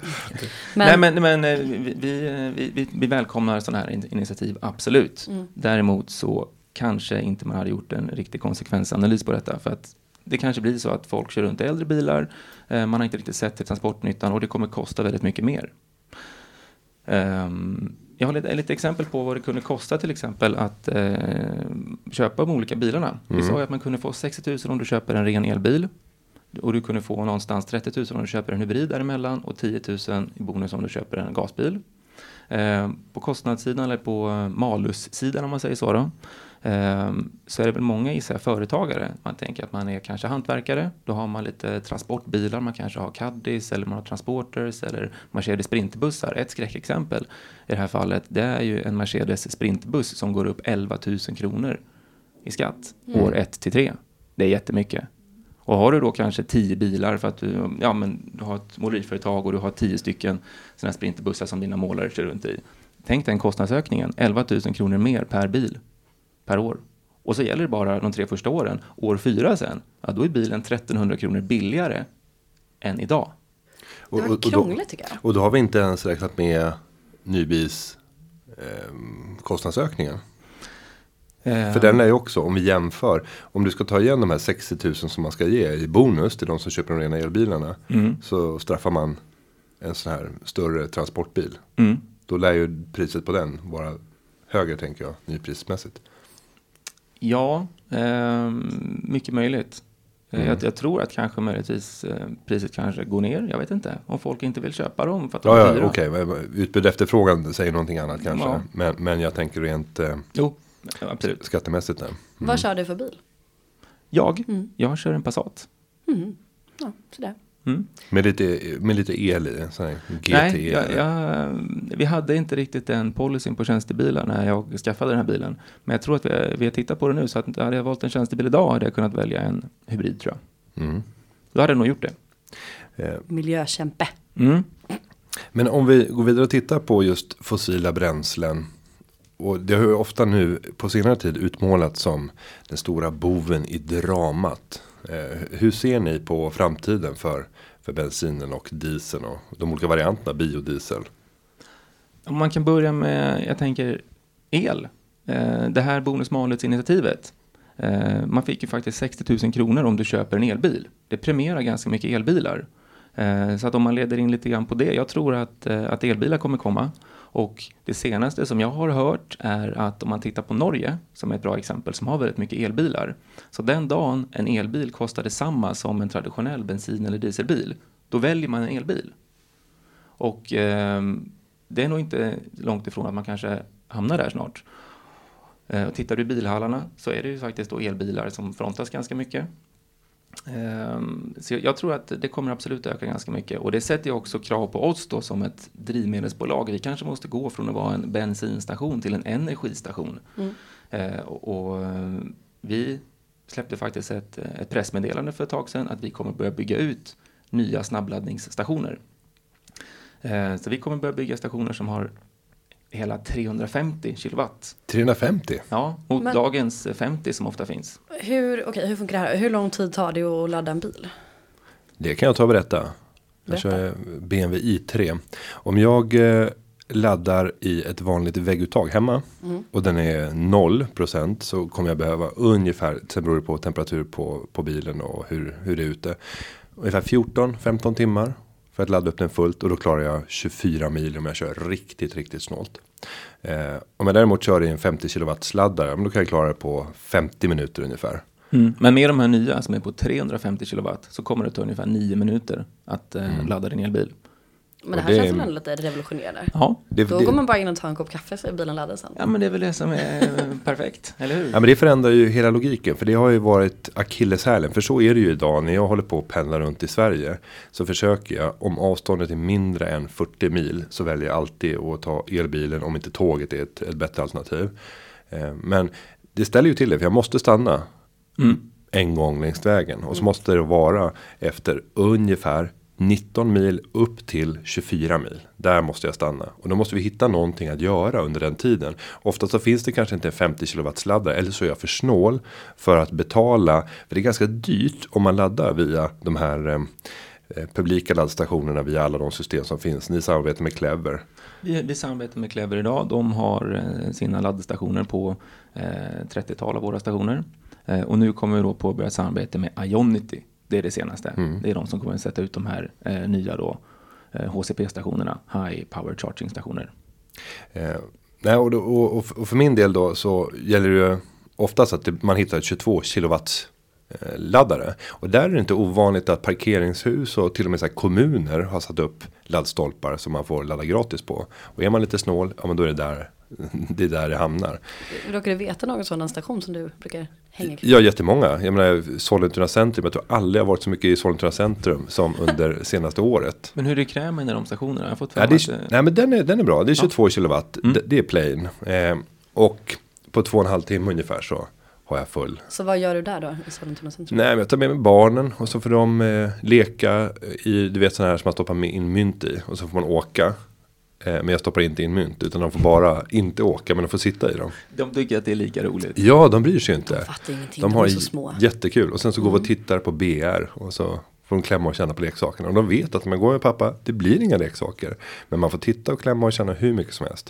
Speaker 3: vi välkomnar sådana här initiativ, absolut. Däremot så kanske inte man hade gjort en riktig konsekvensanalys på detta för att det kanske blir så att folk kör runt äldre bilar. Man har inte riktigt sett till transportnyttan och det kommer kosta väldigt mycket mer. Jag har lite exempel på vad det kunde kosta till exempel att köpa de olika bilarna. Vi sa ju att man kunde få 60 000 om du köper en ren elbil. Och du kunde få någonstans 30 000 om du köper en hybrid däremellan och 10 000 i bonus om du köper en gasbil. På kostnadssidan eller på malussidan om man säger så då. Så är det väl många i sig företagare. Man tänker att man är kanske hantverkare. Då har man lite transportbilar. Man kanske har Caddis eller man har transporters eller Mercedes sprintbussar. Ett skräckexempel i det här fallet det är ju en Mercedes sprintbuss som går upp 11 000 kronor i skatt år 1-3. Det är jättemycket. Och har du då kanske 10 bilar för att du har ett måleriföretag och du har 10 stycken sådana här sprintbussar som dina målare kör runt i. Tänk den kostnadsökningen. 11 000 kronor mer per bil per år. Och så gäller det bara de 3 första åren. År 4 sen, då är bilen 1300 kronor billigare än idag.
Speaker 2: Det var krångligt tycker jag.
Speaker 1: Och då har vi inte ens räknat med nybils kostnadsökningen. För den är ju också, om vi jämför, om du ska ta igen de här 60 000 som man ska ge i bonus till de som köper de rena elbilarna, så straffar man en sån här större transportbil. Då lär ju priset på den vara högre, tänker jag, nyprismässigt.
Speaker 3: Ja, mycket möjligt. Jag tror att kanske möjligtvis priset kanske går ner. Jag vet inte. Om folk inte vill köpa dem för att de är dyra.
Speaker 1: Okej. Utbud efterfrågan säger någonting annat kanske. Ja. Men jag tänker rent
Speaker 3: absolut.
Speaker 1: Skattemässigt.
Speaker 2: Vad kör du för bil?
Speaker 3: Jag kör en Passat.
Speaker 2: Ja, sådär.
Speaker 1: Med lite el i, sån här GT.
Speaker 3: Nej, vi hade inte riktigt den policyn på tjänstebilar när jag skaffade den här bilen. Men jag tror att vi har tittat på det nu, så att hade jag valt en tjänstebil idag hade jag kunnat välja en hybrid, tror jag. Då hade jag nog gjort det.
Speaker 2: Miljökämpe.
Speaker 1: Men om vi går vidare och tittar på just fossila bränslen. Och det har ju ofta nu på senare tid utmålat som den stora boven i dramat. Hur ser ni på framtiden för bensinen och dieseln och de olika varianterna biodiesel?
Speaker 3: Om man kan börja med, jag tänker, el. Det här bonus-malus-initiativet. Man fick ju faktiskt 60 000 kronor om du köper en elbil. Det premierar ganska mycket elbilar. Så att om man leder in lite grann på det. Jag tror att elbilar kommer komma. Och det senaste som jag har hört är att om man tittar på Norge, som är ett bra exempel, som har väldigt mycket elbilar. Så den dagen en elbil kostar detsamma som en traditionell bensin- eller dieselbil, då väljer man en elbil. Och det är nog inte långt ifrån att man kanske hamnar där snart. Och tittar du i bilhallarna så är det ju faktiskt då elbilar som frontas ganska mycket. Så jag tror att det kommer absolut öka ganska mycket. Och det sätter ju också krav på oss då som ett drivmedelsbolag. Vi kanske måste gå från att vara en bensinstation till en energistation. Och vi släppte faktiskt ett pressmeddelande för ett tag sedan att vi kommer börja bygga ut nya snabbladdningsstationer. Så vi kommer börja bygga stationer som har hela 350 kilowatt.
Speaker 1: 350?
Speaker 3: Ja, mot dagens 50 som ofta finns.
Speaker 2: Hur funkar det här? Hur lång tid tar det att ladda en bil?
Speaker 1: Det kan jag ta och berätta. Jag kör BMW i3. Om jag laddar i ett vanligt vägguttag hemma och den är 0% så kommer jag behöva ungefär, sen beror det på temperatur på bilen och hur det är ute, ungefär 14-15 timmar för att ladda upp den fullt, och då klarar jag 24 mil om jag kör riktigt snålt. Om jag däremot kör i en 50 kW-laddare, då kan jag klara det på 50 minuter ungefär.
Speaker 3: Men med de här nya som är på 350 kW så kommer det ta ungefär 9 minuter att ladda din elbil.
Speaker 2: Men det här känns väl ändå lite revolutionerande.
Speaker 3: Ja.
Speaker 2: Då går man bara in och tar en kopp kaffe så är bilen laddad sen.
Speaker 3: Ja, men det är väl det som är perfekt, eller hur?
Speaker 1: Ja, men det förändrar ju hela logiken, för det har ju varit akilleshälen. För så är det ju idag när jag håller på att pendla runt i Sverige. Så försöker jag, om avståndet är mindre än 40 mil, så väljer jag alltid att ta elbilen om inte tåget är ett bättre alternativ. Men det ställer ju till det, för jag måste stanna en gång längs vägen. Och så måste det vara efter ungefär 19 mil upp till 24 mil. Där måste jag stanna. Och då måste vi hitta någonting att göra under den tiden. Ofta så finns det kanske inte en 50 kW-laddare. Eller så är jag för snål för att betala. För det är ganska dyrt om man laddar via de här publika laddstationerna, via alla de system som finns. Ni samarbetar med Clever.
Speaker 3: Vi samarbetar med Clever idag. De har sina laddstationer på 30-tal av våra stationer. Och nu kommer vi då påbörja samarbete med Ionity. Det är det senaste. Det är de som kommer att sätta ut de här nya då HCP-stationerna, High Power Charging stationer.
Speaker 1: Nej, och för min del då så gäller det oftast att man hittar ett 22 kilowatts laddare. Och där är det inte ovanligt att parkeringshus och till och med så här kommuner har satt upp laddstolpar som man får ladda gratis på. Och är man lite snål, ja, men då är det där det hamnar.
Speaker 2: Råkar du veta någon sådan station som du brukar hänga kring?
Speaker 1: Ja, jättemånga. Jag menar, Sollentuna centrum. Jag tror aldrig har varit så mycket i Sollentuna centrum som under senaste året.
Speaker 3: Men hur är krämen i de stationerna? Jag har fått
Speaker 1: nej, men den är bra. Det är 22 kilowatt. Det är plain. Och på 2,5 timmar ungefär så har jag full.
Speaker 2: Så vad gör du där då i Sollentuna centrum?
Speaker 1: Nej, men jag tar med mig barnen och så får de leka i, du vet, sådana här som man stoppar med in mynt i. Och så får man åka. Men jag stoppar inte in mynt, utan de får bara inte åka, men de får sitta i dem.
Speaker 3: De tycker att det är lika roligt.
Speaker 1: Ja, de bryr sig inte.
Speaker 2: De fattar ingenting,
Speaker 1: de har
Speaker 2: är så små.
Speaker 1: Jättekul. Och sen så går vi och tittar på BR och så får de klämma och känna på leksakerna. Och de vet att när man går med pappa, det blir inga leksaker. Men man får titta och klämma och känna hur mycket som helst.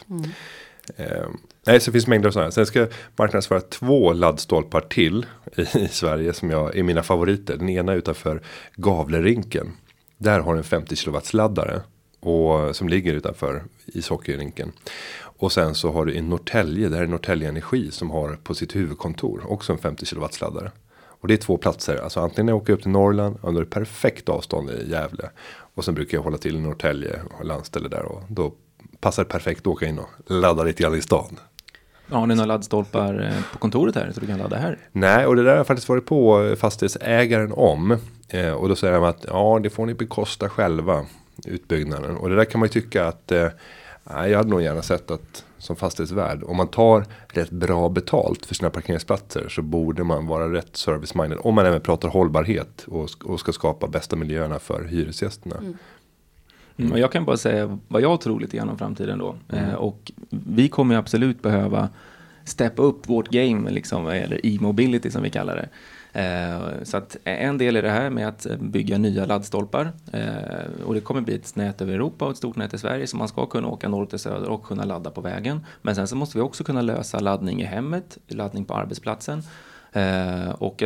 Speaker 1: Nej, så finns det mängder av sådana här. Sen ska jag marknadsföra 2 laddstolpar till i Sverige som är mina favoriter. Den ena utanför Gavlerinken. Där har en 50 kW-laddare. Och som ligger utanför ishockeyrinken. Och sen så har du i Norrtälje, där är Norrtälje Energi som har på sitt huvudkontor också en 50 kW-laddare. Och det är 2 platser, alltså antingen när jag åker upp till Norrland, under perfekt avstånd i Gävle. Och sen brukar jag hålla till i Norrtälje och landställe där, och då passar det perfekt att åka in och ladda lite grann i stan.
Speaker 3: Har ni några laddstolpar på kontoret här så du kan ladda här?
Speaker 1: Nej, och det där har jag faktiskt varit på fastighetsägaren om. Och då säger de att ja, det får ni bekosta själva, utbyggnaden. Och det där kan man ju tycka att jag hade nog gärna sett att som fastighetsvärd, om man tar rätt bra betalt för sina parkeringsplatser, så borde man vara rätt service-minded. Om man även pratar hållbarhet och ska skapa bästa miljöerna för hyresgästerna.
Speaker 3: Och jag kan bara säga vad jag tror lite grann om framtiden då. Och vi kommer ju absolut behöva steppa upp vårt game liksom, eller e-mobility som vi kallar det. Så att en del är det här med att bygga nya laddstolpar. Och det kommer bli ett nät över Europa och ett stort nät i Sverige, så man ska kunna åka norr till söder och kunna ladda på vägen. Men sen så måste vi också kunna lösa laddning i hemmet, laddning på arbetsplatsen. Och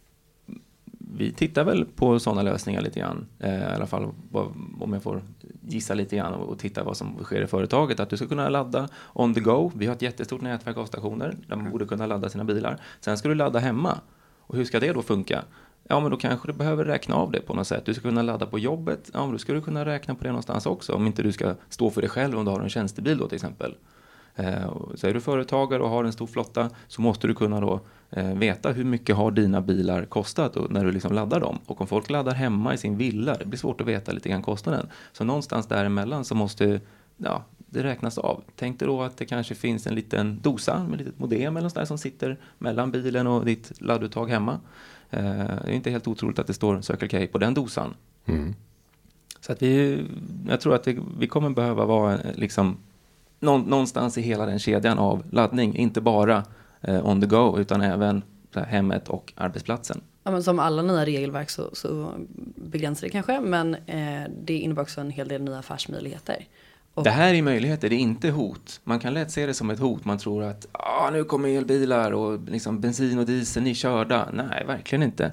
Speaker 3: vi tittar väl på sådana lösningar lite grann. I alla fall om jag får gissa lite grann och titta vad som sker i företaget. Att du ska kunna ladda on the go. Vi har ett jättestort nätverk av stationer där man borde kunna ladda sina bilar. Sen ska du ladda hemma. Och hur ska det då funka? Ja, men då kanske du behöver räkna av det på något sätt. Du ska kunna ladda på jobbet. Ja, men då ska du kunna räkna på det någonstans också. Om inte du ska stå för dig själv om du har en tjänstebil då till exempel. Så är du företagare och har en stor flotta, så måste du kunna då veta hur mycket har dina bilar kostat och när du liksom laddar dem. Och om folk laddar hemma i sin villa, det blir svårt att veta lite grann kostnaden. Så någonstans däremellan så måste det räknas av. Tänk dig då att det kanske finns en liten dosa med ett litet modem eller något där som sitter mellan bilen och ditt ladduttag hemma. Det är inte helt otroligt att det står Circle K på den dosan. Så att jag tror att vi kommer behöva vara liksom någonstans i hela den kedjan av laddning. Inte bara on the go, utan även hemmet och arbetsplatsen. Ja,
Speaker 2: men som alla nya regelverk så begränsar det kanske. Men det innebär också en hel del nya affärsmöjligheter.
Speaker 3: Det här är möjligheter, det är inte hot. Man kan lätt se det som ett hot. Man tror att nu kommer elbilar och liksom bensin och diesel, ni är körda. Nej, verkligen inte.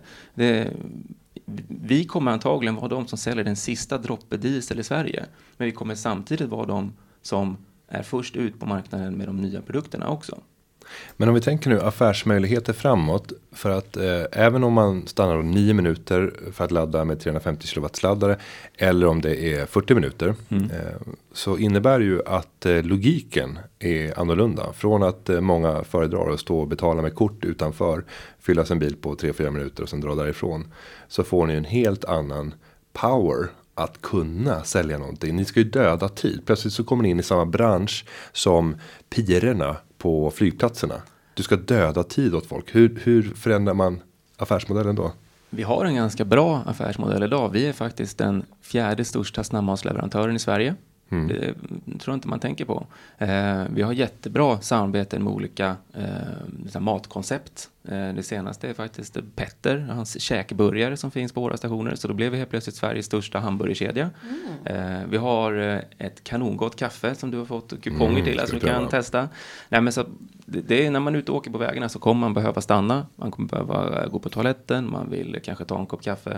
Speaker 3: Vi kommer antagligen vara de som säljer den sista droppe diesel i Sverige. Men vi kommer samtidigt vara de som är först ut på marknaden med de nya produkterna också.
Speaker 1: Men om vi tänker nu affärsmöjligheter framåt, för att även om man stannar 9 minuter för att ladda med 350 kW-laddare eller om det är 40 minuter så innebär det ju att logiken är annorlunda. Från att många föredrar att stå och betala med kort utanför, fylla sin bil på 3-4 minuter och sen dra därifrån, så får ni en helt annan power att kunna sälja någonting. Ni ska ju döda tid. Plötsligt så kommer ni in i samma bransch som pirerna på flygplatserna. Du ska döda tid åt folk. Hur förändrar man affärsmodellen då?
Speaker 3: Vi har en ganska bra affärsmodell idag. Vi är faktiskt den 4:e största snabbmatsleverantören i Sverige. Det tror jag inte man tänker på. Vi har jättebra samarbeten med olika matkoncept. Det senaste är faktiskt Petter, hans käkburgare som finns på våra stationer. Så då blev vi helt plötsligt Sveriges största hamburgerkedja. Vi har ett kanongott kaffe som du har fått kuponger till, som du kan testa. Nej, men så det är när man är ute och åker på vägarna så kommer man behöva stanna. Man kommer behöva gå på toaletten, man vill kanske ta en kopp kaffe.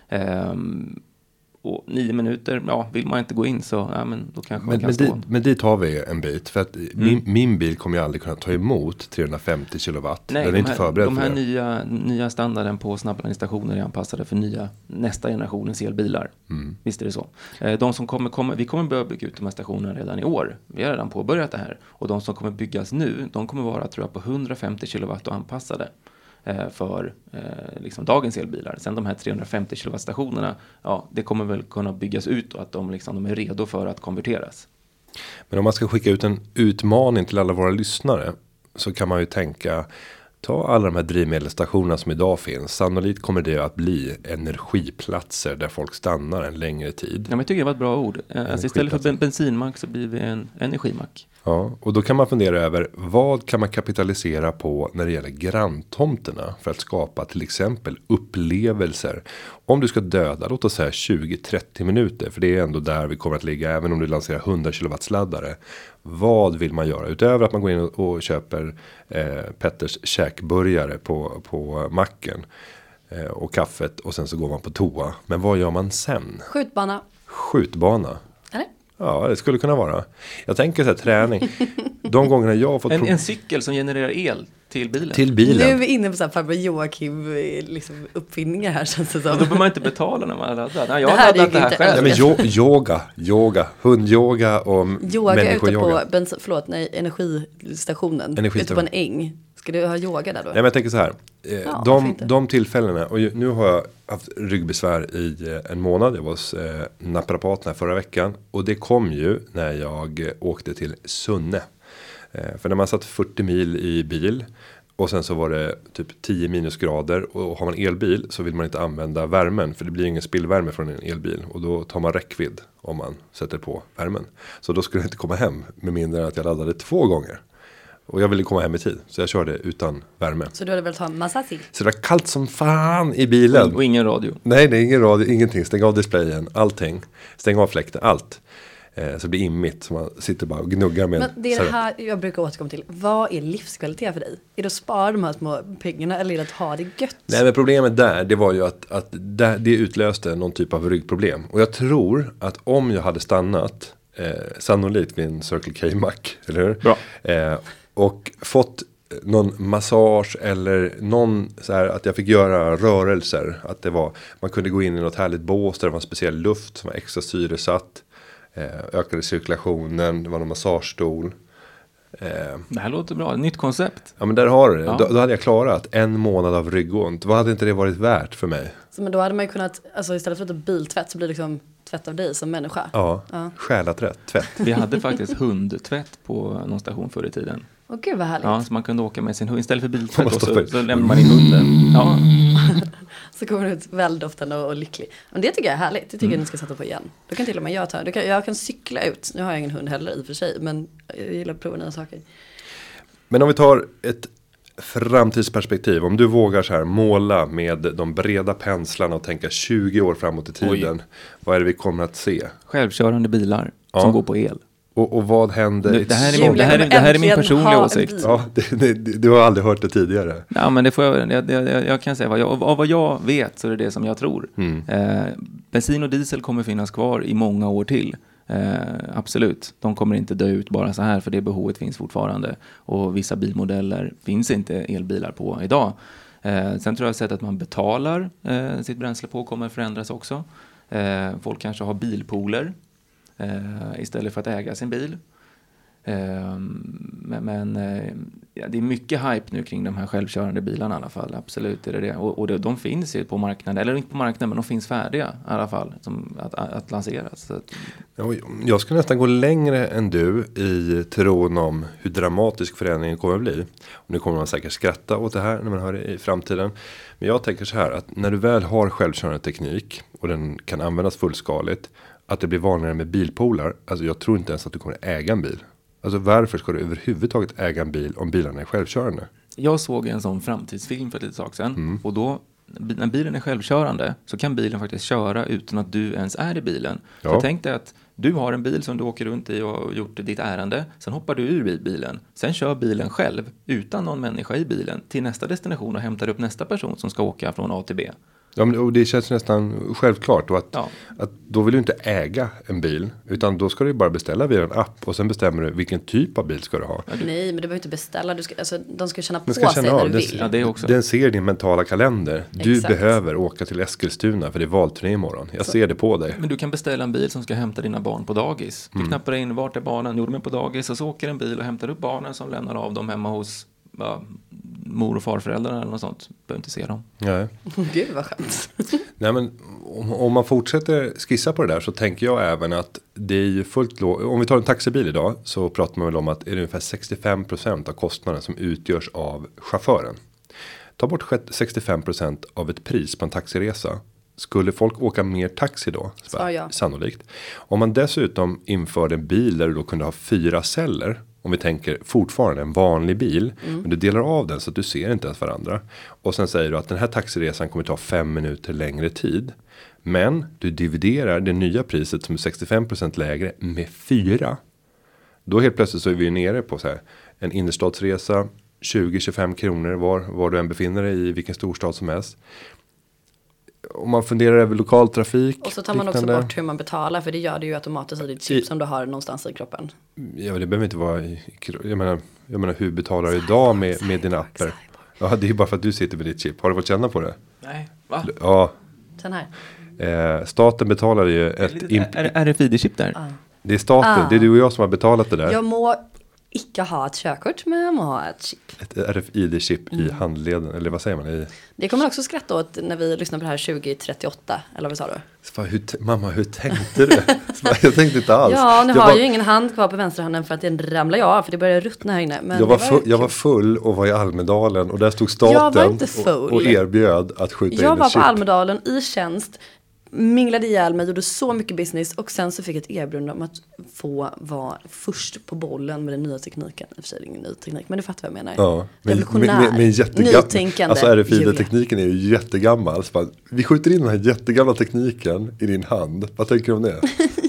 Speaker 3: Och 9 minuter, vill man inte gå in så men då kanske man kan stå.
Speaker 1: Men dit har vi en bit. För att min bil kommer ju aldrig kunna ta emot 350 kilowatt.
Speaker 3: Nej,
Speaker 1: den är inte förberedd
Speaker 3: de
Speaker 1: för
Speaker 3: här nya standarden på snabbladdningsstationer är anpassade för nästa generationens elbilar. Visst är det så. Vi kommer börja bygga ut de här stationerna redan i år. Vi har redan påbörjat det här. Och de som kommer byggas nu, de kommer vara tror jag på 150 kilowatt och anpassade för liksom dagens elbilar. Sen de här 350 kW-stationerna, det kommer väl kunna byggas ut och att de är redo för att konverteras.
Speaker 1: Men om man ska skicka ut en utmaning till alla våra lyssnare så kan man ju tänka, ta alla de här drivmedelsstationerna som idag finns. Sannolikt kommer det att bli energiplatser där folk stannar en längre tid.
Speaker 3: Ja, men jag tycker det var ett bra ord. Alltså istället för bensinmack så blir vi en energimack.
Speaker 1: Ja, och då kan man fundera över vad kan man kapitalisera på när det gäller granntomterna för att skapa till exempel upplevelser. Om du ska döda, låt oss säga 20-30 minuter, för det är ändå där vi kommer att ligga även om du lanserar 100 kW-laddare. Vad vill man göra? Utöver att man går in och köper Petters käkburgare på macken och kaffet och sen så går man på toa. Men vad gör man sen? Skjutbana.
Speaker 2: Eller?
Speaker 1: Ja, det skulle kunna vara. Jag tänker så här, träning. De gångerna jag har fått
Speaker 3: en cykel som genererar el till bilen.
Speaker 1: Nu
Speaker 2: är vi inne på så här farbror Joakim liksom uppfinningar här känns det som.
Speaker 3: Då behöver man inte betala när man laddar. Nej, jag har laddat det här själv.
Speaker 1: Ja, men yoga, hundyoga och människoyoga.
Speaker 2: Ute på energistationen. Ute på en äng. Ska du ha yoga där då?
Speaker 1: Nej, men jag tänker så här. De tillfällena, och nu har jag haft ryggbesvär i en månad. Jag var hos naprapaten här förra veckan. Och det kom ju när jag åkte till Sunne. För när man satt 40 mil i bil och sen så var det typ 10 minusgrader och har man elbil så vill man inte använda värmen för det blir ingen spillvärme från en elbil och då tar man räckvidd om man sätter på värmen. Så då skulle jag inte komma hem med mindre än att jag laddade 2 gånger. Och jag ville komma hem i tid så jag körde utan värme.
Speaker 2: Så du hade väl ta en massa till?
Speaker 1: Så det var kallt som fan i bilen.
Speaker 3: Och ingen radio?
Speaker 1: Nej, det är ingen radio, ingenting. Stäng av displayen, allting. Stäng av fläkten, allt. Så det blir immigt så man sitter bara och gnuggar med.
Speaker 2: Men det är det här jag brukar återkomma till. Vad är livskvalitet för dig? Är det att spara de här små pengarna eller är det att ha det gött?
Speaker 1: Nej, men problemet där, det var ju att det utlöste någon typ av ryggproblem. Och jag tror att om jag hade stannat sannolikt vid en Circle K-mack, eller hur?
Speaker 3: Bra.
Speaker 1: Och fått någon massage eller någon så här att jag fick göra rörelser. Att det var, man kunde gå in i något härligt bås där det var en speciell luft som var extra syresatt. Ökade cirkulationen, det var någon massagestol.
Speaker 3: Det här låter bra, nytt koncept.
Speaker 1: Ja, men där har du det. Ja. Då hade jag klarat 1 månad av ryggont. Vad hade inte det varit värt för mig?
Speaker 2: Så, men då hade man ju kunnat, alltså istället för att biltvätt så blir det liksom tvätt av dig som människa.
Speaker 1: Ja. Själatvätt.
Speaker 3: Vi hade faktiskt hundtvätt på någon station förr i tiden.
Speaker 2: Åh gud vad härligt.
Speaker 3: Ja, så man kunde åka med sin hund istället för biltvätt så lämnar man in hunden. Ja.
Speaker 2: Så kommer du ut väldoftande och lycklig. Men det tycker jag är härligt. Det tycker jag ni ska sätta på igen. Då kan till och med jag kan cykla ut. Nu har jag ingen hund heller i och för sig. Men jag gillar att prova nya saker.
Speaker 1: Men om vi tar ett framtidsperspektiv. Om du vågar så här måla med de breda penslarna och tänka 20 år framåt i tiden. Vad är det vi kommer att se?
Speaker 3: Självkörande bilar. som går på el.
Speaker 1: Och vad händer?
Speaker 3: Det här är min personliga åsikt.
Speaker 1: Ja, du har aldrig hört det tidigare.
Speaker 3: Ja, men det får jag kan säga. Av vad jag vet så är det som jag tror. Bensin och diesel kommer finnas kvar i många år till. Absolut. De kommer inte dö ut bara så här, för det behovet finns fortfarande. Och vissa bilmodeller finns inte elbilar på idag. Sen tror jag att man betalar sitt bränsle på kommer förändras också. Folk kanske har bilpooler istället för att äga sin bil. Men det är mycket hype nu kring de här självkörande bilarna i alla fall. Absolut är det. Och de finns ju på marknaden, eller inte på marknaden, men de finns färdiga i alla fall som att lanseras. Så att...
Speaker 1: Jag ska nästan gå längre än du i tron om hur dramatisk förändringen kommer att bli. Och nu kommer man säkert skratta åt det här när man hör det i framtiden. Men jag tänker så här, att när du väl har självkörande teknik och den kan användas fullskaligt, att det blir vanligare med bilpoolar. Alltså jag tror inte ens att du kommer äga en bil. Alltså varför ska du överhuvudtaget äga en bil om bilarna är självkörande?
Speaker 3: Jag såg en sån framtidsfilm för ett litet tag sedan. Och då, när bilen är självkörande, så kan bilen faktiskt köra utan att du ens är i bilen. Ja. Så tänk dig att du har en bil som du åker runt i och gjort ditt ärende. Sen hoppar du ur bilen. Sen kör bilen själv utan någon människa i bilen till nästa destination och hämtar upp nästa person som ska åka från A till B.
Speaker 1: Ja, men, och det känns nästan självklart. Och att då vill du inte äga en bil. Utan då ska du bara beställa via en app. Och sen bestämmer du vilken typ av bil ska du ha.
Speaker 2: Nej, men du behöver inte beställa. De ska känna på sig när du vill.
Speaker 3: Ja, det också.
Speaker 1: Den ser din mentala kalender. Du behöver åka till Eskilstuna för det är valturné imorgon. Jag ser det på dig.
Speaker 3: Men du kan beställa en bil som ska hämta dina barn på dagis. Du knappar in vart är barnen, gjorde de på dagis. Och så åker en bil och hämtar upp barnen som lämnar av dem hemma hos... mor- och farföräldrarna eller något sånt. Behöver inte se dem.
Speaker 1: Nej.
Speaker 2: Gud vad skönt.
Speaker 1: Nej, men om man fortsätter skissa på det där så tänker jag även att det är ju fullt om vi tar en taxibil idag så pratar man väl om att är det ungefär 65% av kostnaden som utgörs av chauffören. Ta bort 65% av ett pris på en taxiresa. Skulle folk åka mer taxi då? Sannolikt. Om man dessutom införde en bil där du då kunde ha 4 celler. Om vi tänker fortfarande en vanlig bil. Men du delar av den så att du ser inte ens varandra. Och sen säger du att den här taxiresan kommer ta 5 minuter längre tid. Men du dividerar det nya priset som är 65% lägre med 4. Då helt plötsligt så är vi nere på så här, en innerstadsresa. 20-25 kronor var du än befinner dig i vilken storstad som helst. Om man funderar över lokaltrafik.
Speaker 2: Och så tar man också bort hur man betalar. För det gör det ju automatiskt i ditt chip som du har någonstans i kroppen.
Speaker 1: Ja, det behöver inte vara jag menar hur betalar du idag med dina appar? Ja, det är bara för att du sitter med ditt chip. Har du fått känna på det?
Speaker 3: Nej, va?
Speaker 1: Ja.
Speaker 2: Den här.
Speaker 1: Staten betalar ju
Speaker 3: är det RFID-chip där?
Speaker 1: Det är staten, det är du och jag som har betalat det där.
Speaker 2: Jag må inte ha ett körkort, men jag må ha ett chip.
Speaker 1: Ett RFID-chip i handleden, eller vad säger man?
Speaker 2: Det kommer också skratta åt när vi lyssnar på det här 2038, eller vad sa du?
Speaker 1: Mamma, hur tänkte du? Jag tänkte inte alls.
Speaker 2: Ja, nu har ju ingen hand kvar på vänsterhanden för att den ramlar jag av, för det börjar ruttna här inne. Men
Speaker 1: jag var full och var i Almedalen och där stod staten och erbjöd att skjuta in
Speaker 2: jag
Speaker 1: ett
Speaker 2: var
Speaker 1: chip.
Speaker 2: på Almedalen i tjänst, minglade ihjäl mig, gjorde så mycket business och sen så fick jag ett erbjudande om att få vara först på bollen med den nya tekniken. I och för sig är det ingen ny teknik, men du fattar vad jag menar.
Speaker 1: Ja,
Speaker 2: revolutionär, nytänkande.
Speaker 1: Alltså RFID-tekniken är ju jättegammal. Så bara, vi skjuter in den här jättegamla tekniken i din hand. Vad tänker du om det?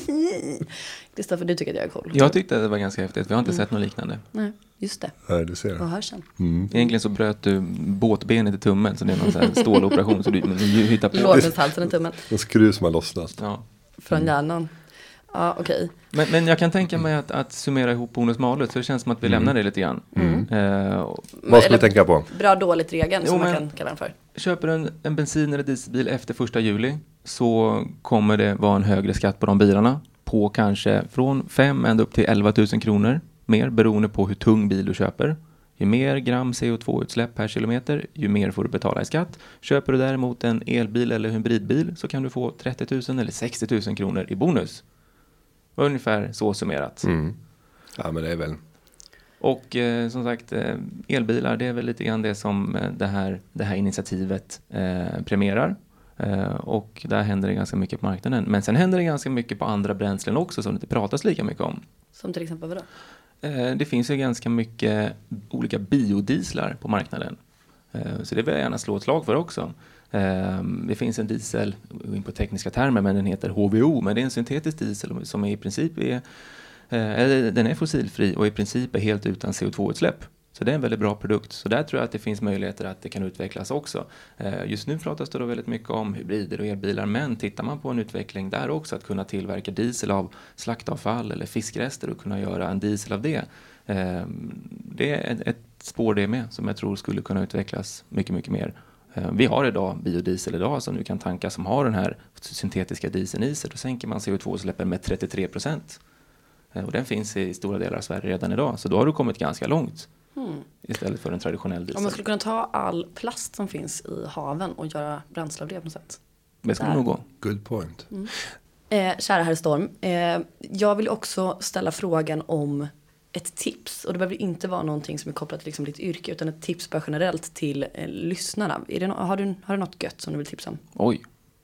Speaker 2: Kristoffer, du tycker att jag är cool.
Speaker 3: Jag tyckte att det var ganska häftigt. Vi har inte sett något liknande.
Speaker 2: Nej, just det.
Speaker 1: Nej, du ser.
Speaker 2: Och hörseln.
Speaker 3: Egentligen så bröt du båtbenet i tummen. Så det är någon sån här ståloperation. Så du hittar på.
Speaker 2: Lårbenshalsen i tummen.
Speaker 1: En skruv som har lossnat.
Speaker 3: Ja.
Speaker 2: Från hjärnan. Ja, okej.
Speaker 3: Men jag kan tänka mig att summera ihop bonus-malus. Så det känns som att vi lämnar det lite grann.
Speaker 1: Vad ska vi tänka på?
Speaker 2: Bra dåligt regeln som man kan kalla den för.
Speaker 3: Köper en bensin- eller dieselbil efter 1 juli. Så kommer det vara en högre skatt på de bilarna. På kanske från 5 ända upp till 11 000 kronor mer beroende på hur tung bil du köper. Ju mer gram CO2-utsläpp per kilometer, ju mer får du betala i skatt. Köper du däremot en elbil eller hybridbil så kan du få 30 000 eller 60 000 kronor i bonus. Ungefär så summerat.
Speaker 1: Ja, men det är väl...
Speaker 3: Och som sagt, elbilar, det är väl lite grann det som det här initiativet premierar. Och där händer det ganska mycket på marknaden. Men sen händer det ganska mycket på andra bränslen också som det inte pratas lika mycket om.
Speaker 2: Som till exempel vadå?
Speaker 3: Det finns ju ganska mycket olika biodieslar på marknaden. Så det vill jag gärna slå ett slag för också. Det finns en diesel, in på tekniska termer, men den heter HVO, men det är en syntetisk diesel som i princip den är fossilfri och i princip är helt utan CO2-utsläpp. Så det är en väldigt bra produkt. Så där tror jag att det finns möjligheter att det kan utvecklas också. Just nu pratas det då väldigt mycket om hybrider och elbilar, men tittar man på en utveckling där också, att kunna tillverka diesel av slaktavfall eller fiskrester och kunna göra en diesel av det. Det är ett spår det med som jag tror skulle kunna utvecklas mycket, mycket mer. Vi har idag biodiesel idag som du kan tanka som har den här syntetiska dieseln i sig. Då sänker man CO2-utsläppen med 33%. Och den finns i stora delar av Sverige redan idag. Så då har du kommit ganska långt. Istället för en traditionell diesel.
Speaker 2: Om man skulle kunna ta all plast som finns i haven och göra bränsle av det på något sätt.
Speaker 3: Det skulle nog gå.
Speaker 1: Good point.
Speaker 2: Kära herr Storm, jag vill också ställa frågan om ett tips. Och det behöver inte vara någonting som är kopplat till liksom ditt yrke, utan ett tips bara generellt till lyssnarna. Har du något gött som du vill tipsa om?
Speaker 3: Oj.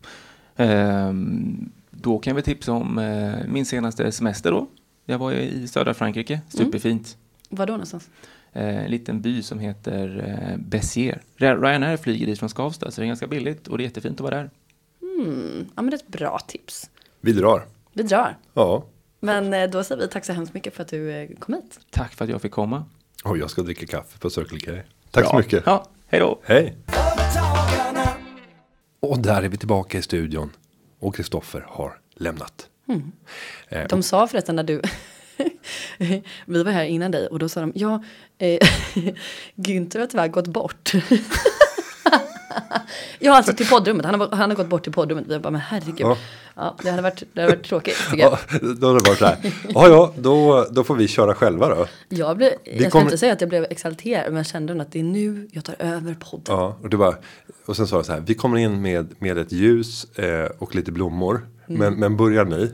Speaker 3: Då kan vi tipsa om min senaste semester då. Jag var i södra Frankrike, superfint.
Speaker 2: Var då någonstans?
Speaker 3: En liten by som heter Béziers. Ryanair flyger dit från Skavsta, så det är ganska billigt och det är jättefint att vara där.
Speaker 2: Ja, men det är ett bra tips.
Speaker 1: Vi drar. Ja.
Speaker 2: Men då säger vi tack så hemskt mycket för att du kom hit.
Speaker 3: Tack för att jag fick komma.
Speaker 1: Och jag ska dricka kaffe på Circle K. Tack så mycket.
Speaker 3: Ja, hej då.
Speaker 1: Hej. Och där är vi tillbaka i studion. Och Kristoffer har lämnat.
Speaker 2: De sa förresten när du... vi var här innan dig och då sa de, Günther har tyvärr gått bort. Ja, alltså till poddrummet. Han har gått bort till poddrummet. Vi bara, men herregud. Ja, det hade varit tråkigt, tycker jag.
Speaker 1: Då har det varit så här. Då får vi köra själva då.
Speaker 2: Jag ska inte säga att jag blev exalterad, men jag kände att det är nu jag tar över podden.
Speaker 1: Ja, och sen sa jag så här, vi kommer in med ett ljus och lite blommor. Men börjar ni?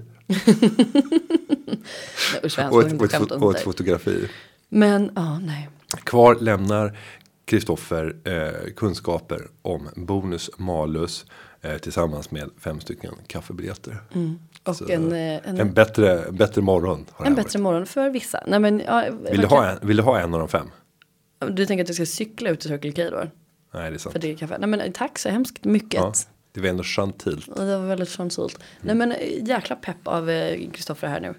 Speaker 1: och ett fotografi.
Speaker 2: Men, nej.
Speaker 1: Kvar lämnar Kristoffer kunskaper om bonus malus tillsammans med 5 stycken kaffebiljetter.
Speaker 2: Och
Speaker 1: en bättre morgon.
Speaker 2: En bättre morgon för vissa. Nej, men,
Speaker 1: Vill du ha en av de 5?
Speaker 2: Du tänker att du ska cykla ut till Circle K då?
Speaker 1: Nej, det är sant.
Speaker 2: För det är kaffe. Nej, men tack så hemskt mycket.
Speaker 1: Ja, det var ändå gentilt.
Speaker 2: Det var väldigt gentilt. Nej, men jäkla pepp av Kristoffer här nu.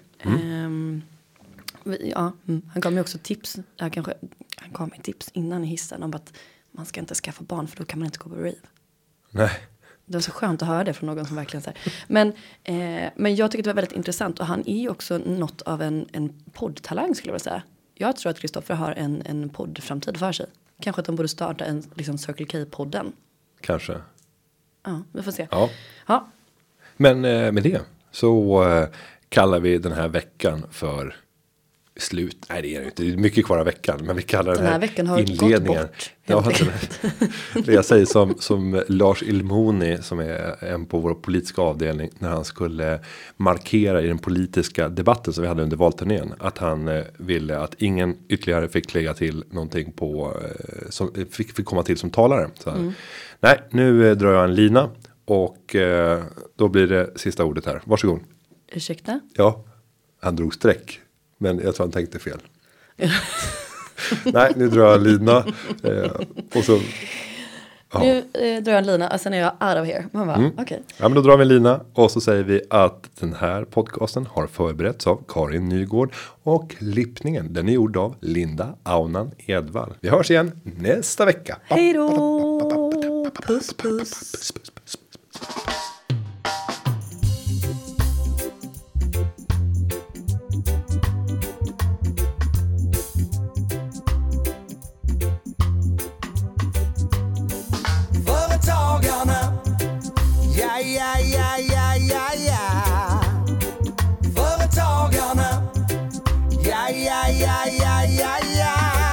Speaker 2: Han gav mig också tips. Han gav mig tips innan i hissen om att man ska inte skaffa barn för då kan man inte gå på rave.
Speaker 1: Nej.
Speaker 2: Det var så skönt att höra det från någon som verkligen så här. Men jag tycker det var väldigt intressant och han är ju också något av en poddtalang skulle jag vilja säga. Jag tror att Kristoffer har en poddframtid för sig. Kanske att de borde starta en liksom Circle K-podden.
Speaker 1: Kanske.
Speaker 2: Ja, vi får se.
Speaker 1: Ja. Men med det så kallar vi den här veckan för slut. Nej, det är inte. Det är mycket kvar av veckan. Men vi kallar den här
Speaker 2: veckan har
Speaker 1: inledningen.
Speaker 2: Gått bort.
Speaker 1: Det jag säger som Lars Ilmoni som är en på vår politiska avdelning när han skulle markera i den politiska debatten som vi hade under valturnén att han ville att ingen ytterligare fick lägga till någonting på som fick komma till som talare. Så nej, nu drar jag en lina och då blir det sista ordet här. Varsågod.
Speaker 2: Ursäkta?
Speaker 1: Ja, han drog streck. Men jag tror han tänkte fel. Nej, nu drar jag en lina. Och så,
Speaker 2: nu drar jag en lina och sen är jag out of here. Man bara, okej.
Speaker 1: Ja, men då drar vi en lina och så säger vi att den här podcasten har förberetts av Karin Nygård och klippningen, den är gjord av Linda Aunan Edvall. Vi hörs igen nästa vecka.
Speaker 2: Hej då! Puss, puss.
Speaker 4: Företagarna, ja.